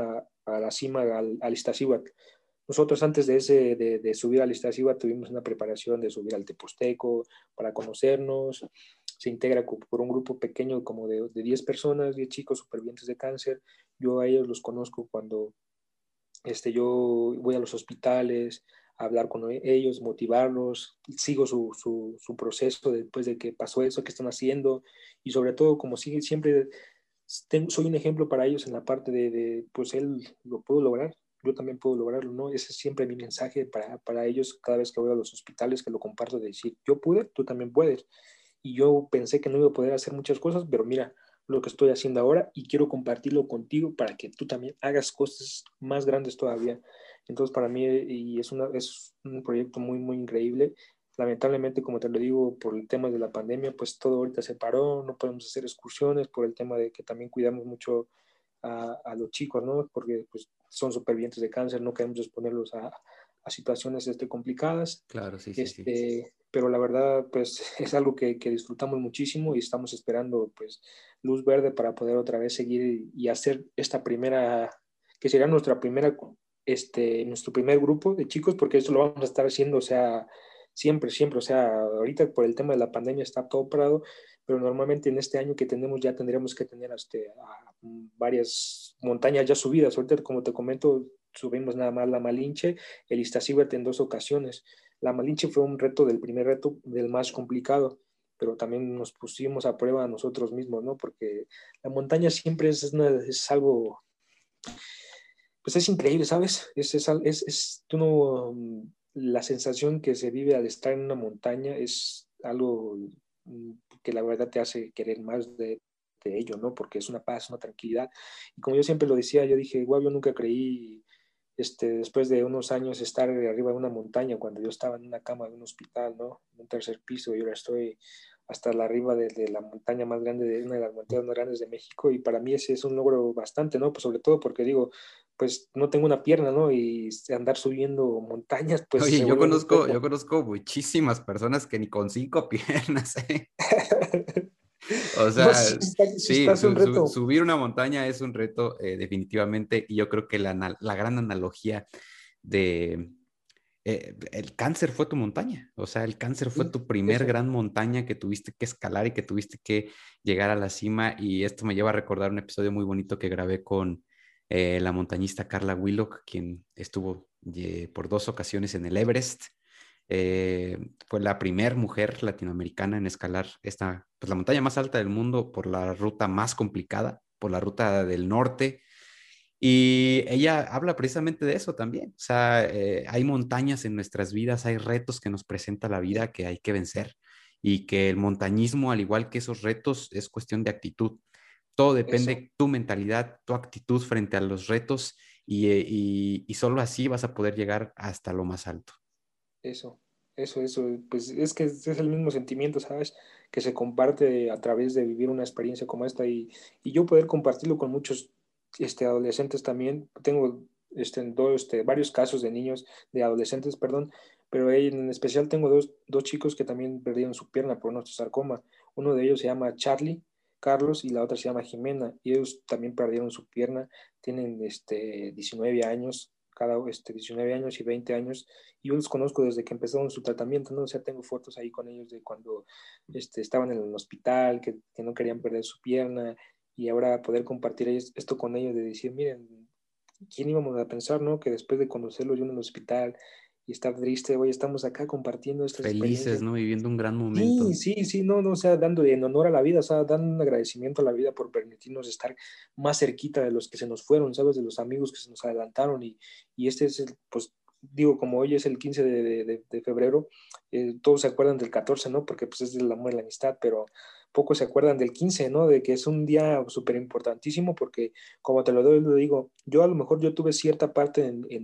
a la cima, al Iztaccíhuatl. Nosotros antes de subir al Iztaccíhuatl tuvimos una preparación de subir al Teposteco para conocernos. Se integra por un grupo pequeño como de 10 personas, 10 chicos supervivientes de cáncer. Yo a ellos los conozco cuando yo voy a los hospitales a hablar con ellos, motivarlos, sigo su proceso después de que pasó eso, que están haciendo y sobre todo como siempre soy un ejemplo para ellos en la parte pues él lo pudo lograr, yo también puedo lograrlo, ¿no? Ese es siempre mi mensaje para ellos cada vez que voy a los hospitales, que lo comparto, de decir, yo pude, tú también puedes. Y yo pensé que no iba a poder hacer muchas cosas, pero mira lo que estoy haciendo ahora y quiero compartirlo contigo para que tú también hagas cosas más grandes todavía. Entonces, para mí, y es un proyecto muy, muy increíble. Lamentablemente, como te lo digo, por el tema de la pandemia, pues todo ahorita se paró, no podemos hacer excursiones por el tema de que también cuidamos mucho a los chicos, ¿no? Porque pues, son supervivientes de cáncer, no queremos exponerlos a situaciones complicadas. Claro, sí, sí, sí. Pero la verdad, pues es algo que disfrutamos muchísimo y estamos esperando, pues, luz verde para poder otra vez seguir y hacer esta primera, que sería nuestra primera, nuestro primer grupo de chicos, porque esto lo vamos a estar haciendo, o sea, siempre, siempre, o sea, ahorita por el tema de la pandemia está todo parado, pero normalmente en este año que tenemos ya tendremos que tener a varias montañas ya subidas. Ahorita, como te comento, subimos nada más la Malinche, el Iztaccíhuatl en 2 ocasiones. La Malinche fue un reto del primer reto, del más complicado, pero también nos pusimos a prueba a nosotros mismos, ¿no? Porque la montaña siempre es algo, pues es increíble, ¿sabes? Tú no, la sensación que se vive al estar en una montaña es algo que la verdad te hace querer más de ello, ¿no? Porque es una paz, una tranquilidad. Y como yo siempre lo decía, yo dije, guau, yo nunca creí después de unos años estar arriba de una montaña, cuando yo estaba en una cama de un hospital, ¿no? En un tercer piso, y ahora estoy hasta la arriba de la montaña más grande, de una de las montañas más grandes de México, y para mí ese es un logro bastante, ¿no? Pues sobre todo porque digo, pues no tengo una pierna, ¿no? Y andar subiendo montañas, pues Oye, se vuelve muy yo pesado. conozco muchísimas personas que ni con 5 piernas, ¿eh? O No, sea, sí está sí, un reto. subir una montaña es un reto, definitivamente, y yo creo que la gran analogía de el cáncer fue tu montaña, o sea, el cáncer fue Sí, tu primer eso, gran montaña que tuviste que escalar y que tuviste que llegar a la cima, y esto me lleva a recordar un episodio muy bonito que grabé con la montañista Carla Willock, quien estuvo por 2 ocasiones en el Everest. Fue la primer mujer latinoamericana en escalar pues, la montaña más alta del mundo por la ruta más complicada, por la ruta del norte. Y ella habla precisamente de eso también. O sea, hay montañas en nuestras vidas, hay retos que nos presenta la vida que hay que vencer, y que el montañismo, al igual que esos retos, es cuestión de actitud. Todo depende eso, de tu mentalidad, tu actitud frente a los retos, y solo así vas a poder llegar hasta lo más alto. eso, eso, pues es que es el mismo sentimiento, ¿sabes? Que se comparte a través de vivir una experiencia como esta y yo poder compartirlo con muchos adolescentes también. Tengo varios casos de niños, de adolescentes, perdón, pero en especial tengo dos chicos que también perdieron su pierna por un osteosarcoma. Uno de ellos se llama Charlie, Carlos, y la otra se llama Jimena, y ellos también perdieron su pierna, tienen 19 años, 19 años y 20 años, y yo los conozco desde que empezaron su tratamiento, ¿no? O sea, tengo fotos ahí con ellos de cuando estaban en el hospital, que no querían perder su pierna, y ahora poder compartir esto con ellos, de decir, miren, ¿quién íbamos a pensar, no? Que después de conocerlos yo en el hospital y estar triste, hoy estamos acá compartiendo estas Felices, experiencias. ¿no? Viviendo un gran Sí, momento. sí, sí, no, no, o sea, dando en honor a la vida, o sea, dando un agradecimiento a la vida por permitirnos estar más cerquita de los que se nos fueron, ¿sabes? De los amigos que se nos adelantaron y este es pues, digo, como hoy es el 15 de febrero, todos se acuerdan del 14, ¿no? Porque pues es del amor y la amistad, pero pocos se acuerdan del 15, ¿no? De que es un día súper importantísimo porque, como te lo digo, yo a lo mejor yo tuve cierta parte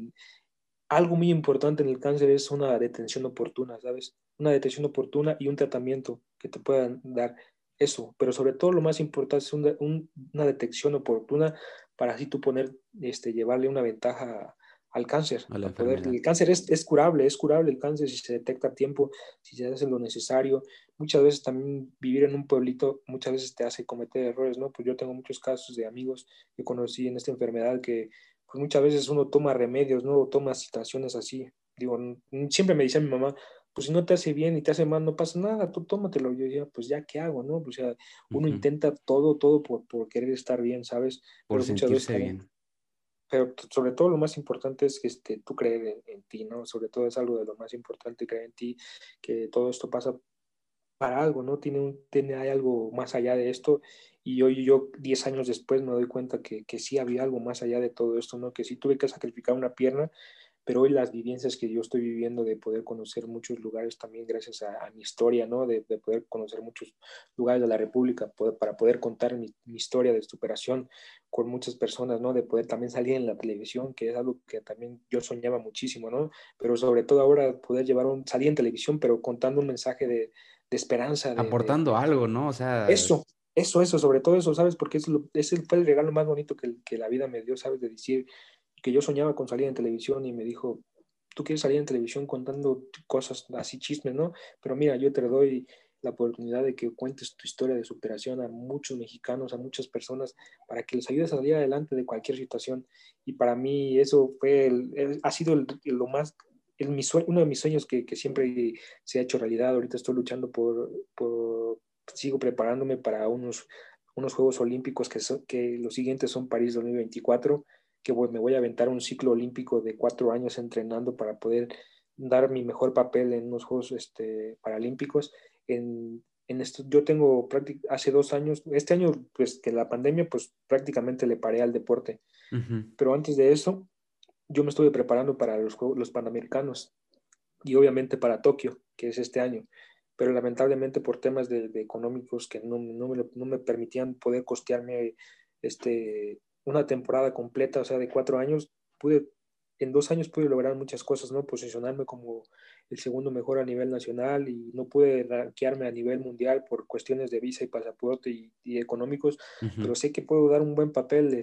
algo muy importante en el cáncer es una detención oportuna, ¿sabes? Una detención oportuna y un tratamiento que te puedan dar eso, pero sobre todo lo más importante es una detección oportuna para así tú llevarle una ventaja al cáncer, A la a poder, enfermedad. el cáncer es curable el cáncer si se detecta a tiempo, si se hace lo necesario. Muchas veces también vivir en un pueblito, muchas veces te hace cometer errores, ¿no? Pues yo tengo muchos casos de amigos que conocí en esta enfermedad que pues muchas veces uno toma remedios, ¿no? O toma situaciones así. Digo, siempre me decía mi mamá, pues si no te hace bien y te hace mal, no pasa nada, tú tómatelo. Yo decía, pues ya, ¿qué hago, no? Pues, o sea, uno Ujú. intenta todo por querer estar bien, ¿sabes? Por Pero muchas veces sentirse también, bien. pero sobre todo lo más importante es que tú creer en ti, ¿no? Sobre todo es algo de lo más importante, creer en ti, que todo esto pasa para algo, ¿no? Hay algo más allá de esto Y hoy yo, 10 años después, me doy cuenta que sí había algo más allá de todo esto, ¿no? Que sí tuve que sacrificar una pierna, pero hoy las vivencias que yo estoy viviendo de poder conocer muchos lugares también gracias a mi historia, ¿no? De poder conocer muchos lugares de la República, para poder contar mi historia de superación con muchas personas, ¿no? De poder también salir en la televisión, que es algo que también yo soñaba muchísimo, ¿no? Pero sobre todo ahora poder salir en televisión, pero contando un mensaje de esperanza, Aportando algo, ¿no? O sea, eso, sobre todo eso, ¿sabes? Porque fue el regalo más bonito que la vida me dio, ¿sabes? De decir que yo soñaba con salir en televisión y me dijo, tú quieres salir en televisión contando cosas así, chismes, ¿no? Pero mira, yo te doy la oportunidad de que cuentes tu historia de superación a muchos mexicanos, a muchas personas, para que les ayudes a salir adelante de cualquier situación. Y para mí eso ha sido lo más, uno de mis sueños que siempre se ha hecho realidad. Ahorita estoy luchando sigo preparándome para unos Juegos Olímpicos que los siguientes son París 2024, que me voy a aventar un ciclo olímpico de 4 años entrenando para poder dar mi mejor papel en unos Juegos Paralímpicos. Yo tengo hace 2 años, este año, pues que la pandemia, pues prácticamente le paré al deporte, uh-huh. pero antes de eso, yo me estuve preparando para los Panamericanos y obviamente para Tokio, que es este año, pero lamentablemente por temas de económicos que no me permitían poder costearme una temporada completa, o sea, de 4 años, en 2 años pude lograr muchas cosas, ¿no? Posicionarme como el segundo mejor a nivel nacional y no pude rankearme a nivel mundial por cuestiones de visa y pasaporte y económicos, Uh-huh. pero sé que puedo dar un buen papel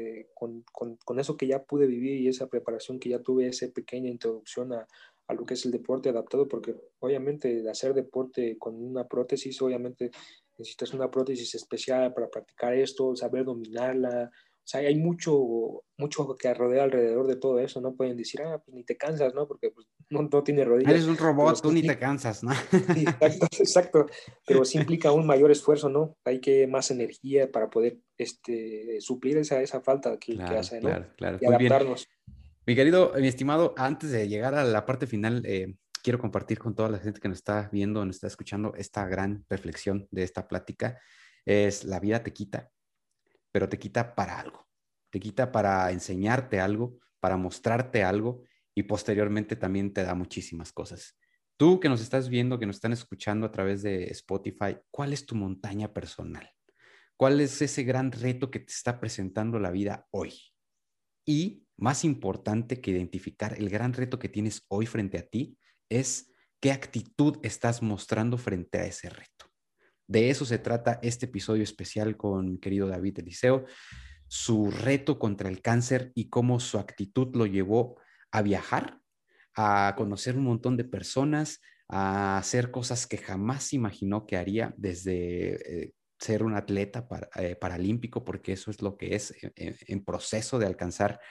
con eso que ya pude vivir y esa preparación que ya tuve, esa pequeña introducción a lo que es el deporte adaptado, porque obviamente hacer deporte con una prótesis, obviamente necesitas una prótesis especial para practicar esto, saber dominarla. O sea, hay mucho que rodea alrededor de todo eso, ¿no? Pueden decir, pues ni te cansas, ¿no? Porque pues, no tiene rodillas, Eres un pero robot, sí tú ni te implica, cansas, ¿no? sí, exacto, exacto, pero sí implica un mayor esfuerzo, ¿no? Hay que más energía para poder suplir esa falta que Claro, hace, ¿no? claro, claro. Y Muy bien. adaptarnos. Mi estimado, antes de llegar a la parte final, quiero compartir con toda la gente que nos está viendo, nos está escuchando, esta gran reflexión de esta plática. Es la vida te quita, pero te quita para algo. Te quita para enseñarte algo, para mostrarte algo y posteriormente también te da muchísimas cosas. Tú que nos estás viendo, que nos están escuchando a través de Spotify, ¿cuál es tu montaña personal? ¿Cuál es ese gran reto que te está presentando la vida hoy? Y más importante que identificar el gran reto que tienes hoy frente a ti es qué actitud estás mostrando frente a ese reto. De eso se trata este episodio especial con mi querido David Eliseo, su reto contra el cáncer y cómo su actitud lo llevó a viajar, a conocer un montón de personas, a hacer cosas que jamás imaginó que haría, desde ser un atleta paralímpico, porque eso es lo que es, en proceso de alcanzar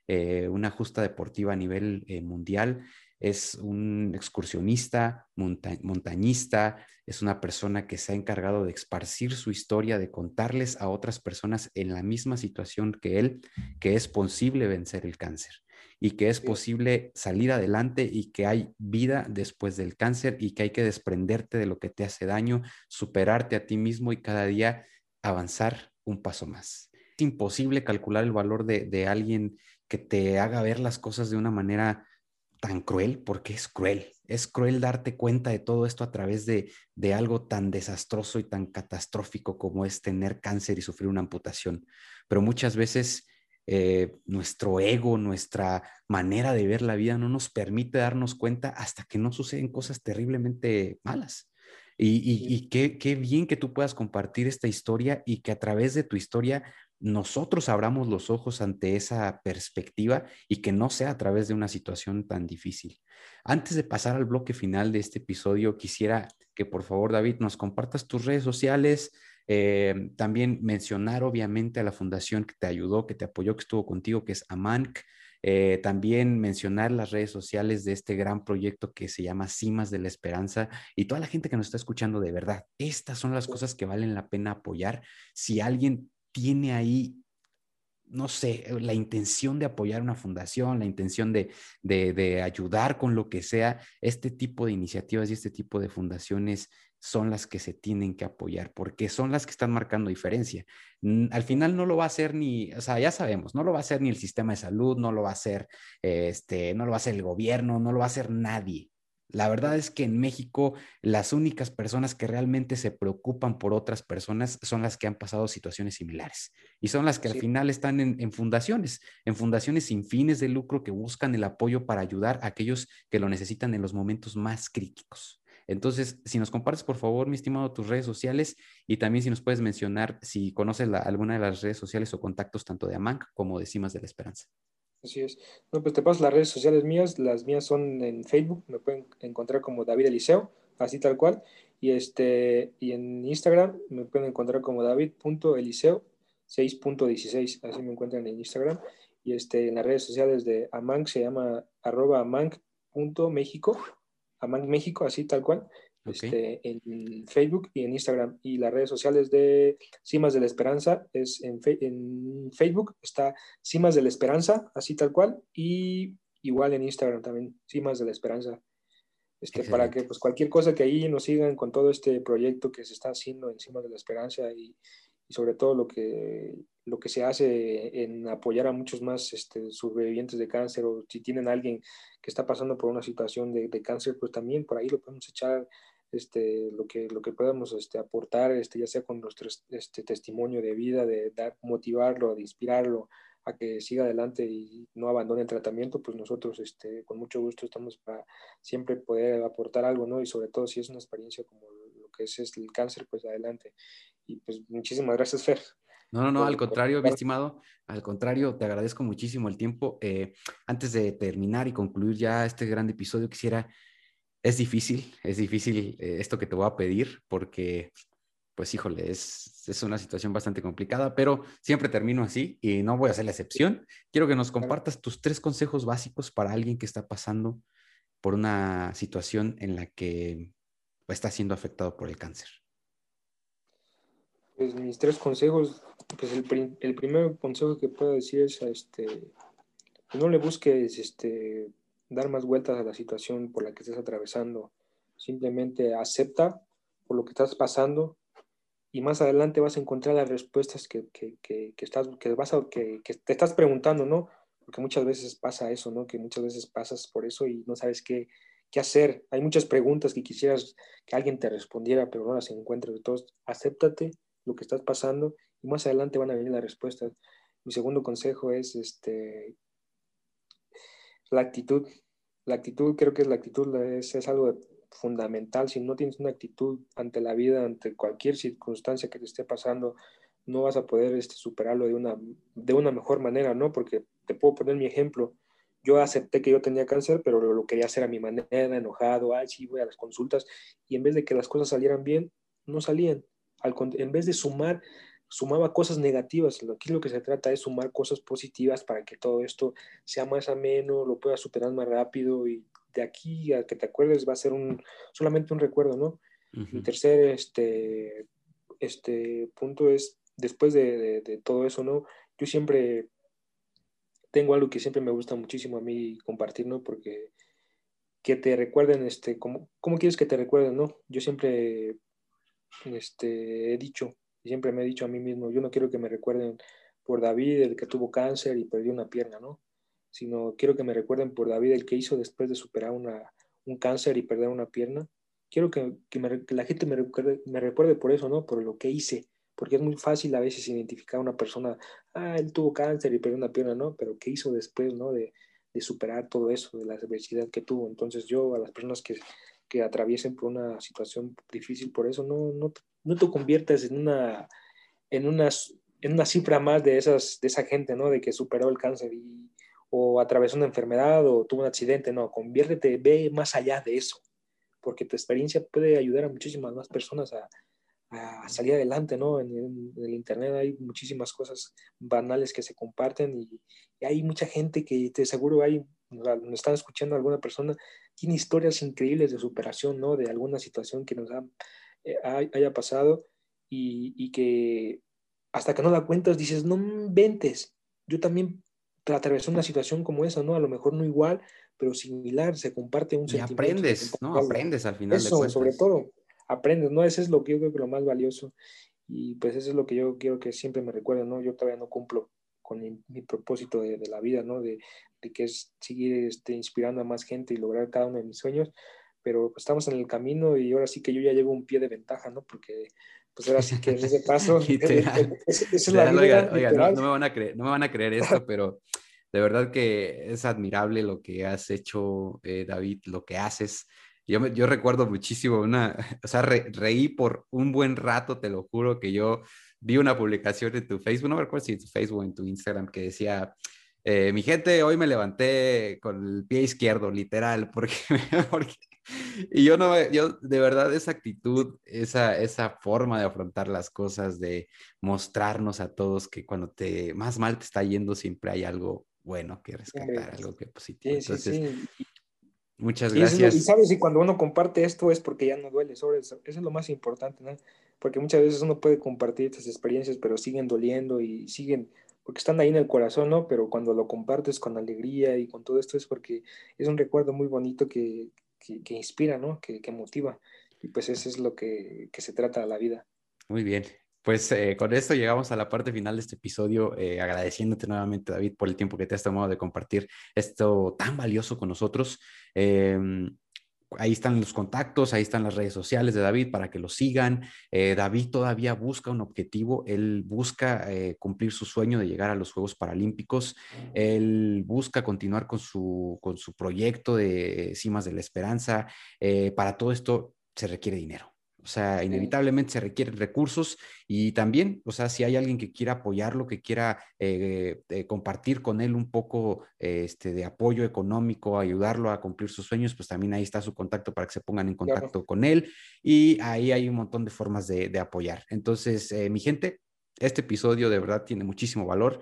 una justa deportiva a nivel mundial. Es un excursionista, montañista, es una persona que se ha encargado de esparcir su historia, de contarles a otras personas en la misma situación que él, que es posible vencer el cáncer y que es Sí, posible salir adelante y que hay vida después del cáncer y que hay que desprenderte de lo que te hace daño, superarte a ti mismo y cada día avanzar un paso más. Es imposible calcular el valor de alguien que te haga ver las cosas de una manera tan cruel, porque es cruel darte cuenta de todo esto a través de algo tan desastroso y tan catastrófico como es tener cáncer y sufrir una amputación. Pero muchas veces nuestro ego, nuestra manera de ver la vida no nos permite darnos cuenta hasta que no suceden cosas terriblemente malas. sí, Y qué bien que tú puedas compartir esta historia y que a través de tu historia nosotros abramos los ojos ante esa perspectiva y que no sea a través de una situación tan difícil. Antes de pasar al bloque final de este episodio, quisiera que por favor, David, nos compartas tus redes sociales, también mencionar obviamente a la fundación que te ayudó, que te apoyó, que estuvo contigo, que es AMANC. También mencionar las redes sociales de este gran proyecto que se llama Cimas de la Esperanza y toda la gente que nos está escuchando de verdad. Estas son las sí, cosas que valen la pena apoyar. Si alguien tiene ahí, no sé, la intención de apoyar una fundación, la intención de ayudar con lo que sea, este tipo de iniciativas y este tipo de fundaciones son las que se tienen que apoyar, porque son las que están marcando diferencia. Al final no lo va a hacer ni, o sea, ya sabemos, no lo va a hacer ni el sistema de salud, no lo va a hacer, no lo va a hacer el gobierno, no lo va a hacer nadie. La verdad es que en México las únicas personas que realmente se preocupan por otras personas son las que han pasado situaciones similares y son las que al Sí, final están en fundaciones sin fines de lucro que buscan el apoyo para ayudar a aquellos que lo necesitan en los momentos más críticos. Entonces, si nos compartes, por favor, mi estimado, tus redes sociales y también si nos puedes mencionar si conoces alguna de las redes sociales o contactos tanto de AMANC como de Cimas de la Esperanza. así es. No, pues te paso las redes sociales mías. Las mías son en Facebook. Me pueden encontrar como David Eliseo, así tal cual. Y en Instagram me pueden encontrar como David.eliseo 6.16. Así me encuentran en Instagram. En las redes sociales de Amanc se llama @amanc.mexico. Amanc México, así tal cual. Ok, En Facebook y en Instagram. Y las redes sociales de Cimas de la Esperanza es en Facebook está Cimas de la Esperanza, así tal cual, y igual en Instagram también, Cimas de la Esperanza, para que excelente. pues cualquier cosa que ahí nos sigan con todo este proyecto que se está haciendo en Cimas de la Esperanza y sobre todo lo que se hace en apoyar a muchos más sobrevivientes de cáncer o si tienen a alguien que está pasando por una situación de cáncer, pues también por ahí lo podemos echar lo que podamos aportar, ya sea con nuestro testimonio de vida, de dar, motivarlo, de inspirarlo a que siga adelante y no abandone el tratamiento, pues nosotros con mucho gusto estamos para siempre poder aportar algo, ¿no? Y sobre todo si es una experiencia como lo que es el cáncer, pues adelante. Y pues muchísimas gracias, Fer, No, no, no, al por contrario, mi estar. estimado, al contrario, te agradezco muchísimo el tiempo. Antes de terminar y concluir ya este gran episodio, quisiera, es difícil esto que te voy a pedir porque, pues híjole, es una situación bastante complicada, pero siempre termino así y no voy a hacer la excepción. Quiero que nos compartas tus 3 consejos básicos para alguien que está pasando por una situación en la que pues, está siendo afectado por el cáncer. Pues mis 3 consejos, pues el primer consejo que puedo decir es que no le busques dar más vueltas a la situación por la que estés atravesando. Simplemente acepta por lo que estás pasando y más adelante vas a encontrar las respuestas que te estás preguntando, ¿no? Porque muchas veces pasa eso, ¿no? Que muchas veces pasas por eso y no sabes qué hacer. Hay muchas preguntas que quisieras que alguien te respondiera, pero no las encuentras. Entonces, acéptate lo que estás pasando y más adelante van a venir las respuestas. Mi segundo consejo es la actitud. La actitud, creo que la actitud es algo fundamental. Si no tienes una actitud ante la vida, ante cualquier circunstancia que te esté pasando, no vas a poder superarlo de una mejor manera, ¿no? Porque te puedo poner mi ejemplo. Yo acepté que yo tenía cáncer, pero lo quería hacer a mi manera, enojado, ay, sí, voy a las consultas, y en vez de que las cosas salieran bien, no salían. En vez de sumaba cosas negativas. Aquí lo que se trata es sumar cosas positivas para que todo esto sea más ameno, lo puedas superar más rápido y de aquí a que te acuerdes va a ser solamente un recuerdo, ¿no? Mi Ujú. tercer punto es, después de todo eso, ¿no? Yo siempre tengo algo que siempre me gusta muchísimo a mí compartir, ¿no? Porque que te recuerden, ¿cómo quieres que te recuerden, no? Yo siempre he dicho, y siempre me he dicho a mí mismo, yo no quiero que me recuerden por David, el que tuvo cáncer y perdió una pierna, ¿no? Sino quiero que me recuerden por David, el que hizo después de superar un cáncer y perder una pierna. Quiero que la gente me recuerde por eso, ¿no? Por lo que hice, porque es muy fácil a veces identificar a una persona, él tuvo cáncer y perdió una pierna, ¿no? Pero ¿qué hizo después, ¿no? De superar todo eso, de la adversidad que tuvo. Entonces yo a las personas que atraviesen por una situación difícil por eso, no te conviertas en una, en una cifra más de esa gente, ¿no? De que superó el cáncer o atravesó una enfermedad o tuvo un accidente, no, conviértete, ve más allá de eso, porque tu experiencia puede ayudar a muchísimas más personas a salir adelante, ¿no? En el Internet hay muchísimas cosas banales que se comparten y hay mucha gente que te seguro nos están escuchando alguna persona, tiene historias increíbles de superación, ¿no? De alguna situación que haya pasado y que hasta que no la cuentas dices, no inventes, yo también atravesé una situación como esa, ¿no? A lo mejor no igual, pero similar, se comparte un Y sentimiento, se aprendes, comparte ¿no? algo. Aprendes al final de Eso, sobre cuentas. todo. aprendes, ¿no? Eso es lo que yo creo que lo más valioso. Y pues eso es lo que yo quiero que siempre me recuerden, ¿no? Yo todavía no cumplo con mi propósito de la vida, ¿no? De que es seguir inspirando a más gente y lograr cada uno de mis sueños, pero pues, estamos en el camino y ahora sí que yo ya llevo un pie de ventaja, ¿no? Porque pues ahora sí que en ese paso, Literal. esa es la Literal, vida, oiga, no, literal. no me van a creer, no me van a creer esto, pero de verdad que es admirable lo que has hecho, David, lo que haces. Yo recuerdo muchísimo o sea, reí por un buen rato, te lo juro, que yo vi una publicación en tu Facebook, no me recuerdo si en tu Facebook o en tu Instagram, que decía, mi gente, hoy me levanté con el pie izquierdo, literal, porque, porque y yo no, yo de verdad esa actitud, esa forma de afrontar las cosas, de mostrarnos a todos que cuando te más mal te está yendo siempre hay algo bueno que Hombre, rescatar, algo que positivo. sí, sí, Entonces, sí. muchas Y eso es lo, y gracias. sabes, y cuando uno comparte esto es porque ya no duele, sobre eso es lo más importante, ¿no? Porque muchas veces uno puede compartir estas experiencias, pero siguen doliendo y siguen, porque están ahí en el corazón, ¿no? Pero cuando lo compartes con alegría y con todo esto es porque es un recuerdo muy bonito que inspira, ¿no? Que motiva. Y pues eso es lo que se trata la vida. Muy bien. Pues con esto llegamos a la parte final de este episodio, agradeciéndote nuevamente, David, por el tiempo que te has tomado de compartir esto tan valioso con nosotros. Ahí están los contactos, ahí están las redes sociales de David para que lo sigan. David todavía busca un objetivo, él busca cumplir su sueño de llegar a los Juegos Paralímpicos, él busca continuar con su proyecto de Cimas de la Esperanza. Para todo esto se requiere dinero. O sea, Sí, inevitablemente se requieren recursos y también, o sea, si hay alguien que quiera apoyarlo, que quiera compartir con él un poco de apoyo económico, ayudarlo a cumplir sus sueños, pues también ahí está su contacto para que se pongan en claro. contacto con él y ahí hay un montón de formas de apoyar. Entonces, mi gente, este episodio de verdad tiene muchísimo valor.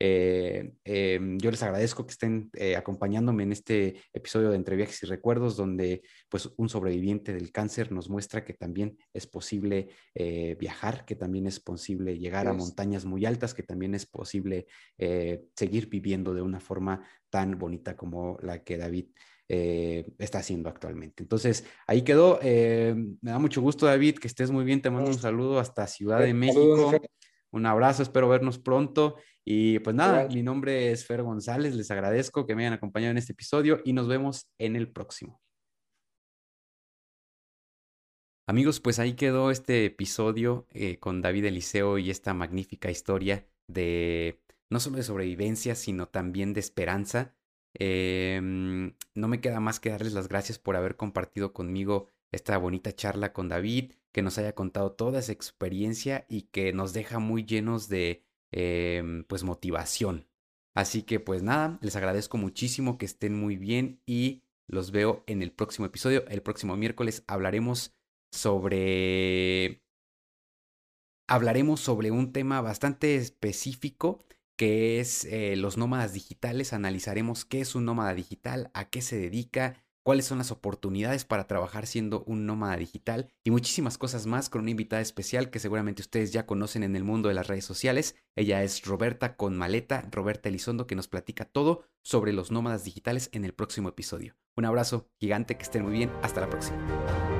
Yo les agradezco que estén acompañándome en este episodio de Entre Viajes y Recuerdos, donde pues un sobreviviente del cáncer nos muestra que también es posible viajar, que también es posible llegar a Es, montañas muy altas, que también es posible seguir viviendo de una forma tan bonita como la que David está haciendo actualmente. Entonces, ahí quedó. Me da mucho gusto, David, que estés muy bien. Te mando un saludo hasta Ciudad de saludos, Fer, México. Un abrazo, espero vernos pronto. Y pues nada, igual. mi nombre es Fer González, les agradezco que me hayan acompañado en este episodio y nos vemos en el próximo. Amigos, pues ahí quedó este episodio con David Eliseo y esta magnífica historia de no solo de sobrevivencia, sino también de esperanza. No me queda más que darles las gracias por haber compartido conmigo esta bonita charla con David, que nos haya contado toda esa experiencia y que nos deja muy llenos de pues motivación. Así que pues nada, les agradezco muchísimo, que estén muy bien y los veo en el próximo episodio. El próximo miércoles sobre hablaremos sobre un tema bastante específico que es los nómadas digitales. Analizaremos qué es un nómada digital, a qué se dedica, cuáles son las oportunidades para trabajar siendo un nómada digital y muchísimas cosas más con una invitada especial que seguramente ustedes ya conocen en el mundo de las redes sociales. Ella es Roberta con Maleta, Roberta Elizondo, que nos platica todo sobre los nómadas digitales en el próximo episodio. Un abrazo gigante, que estén muy bien. Hasta la próxima.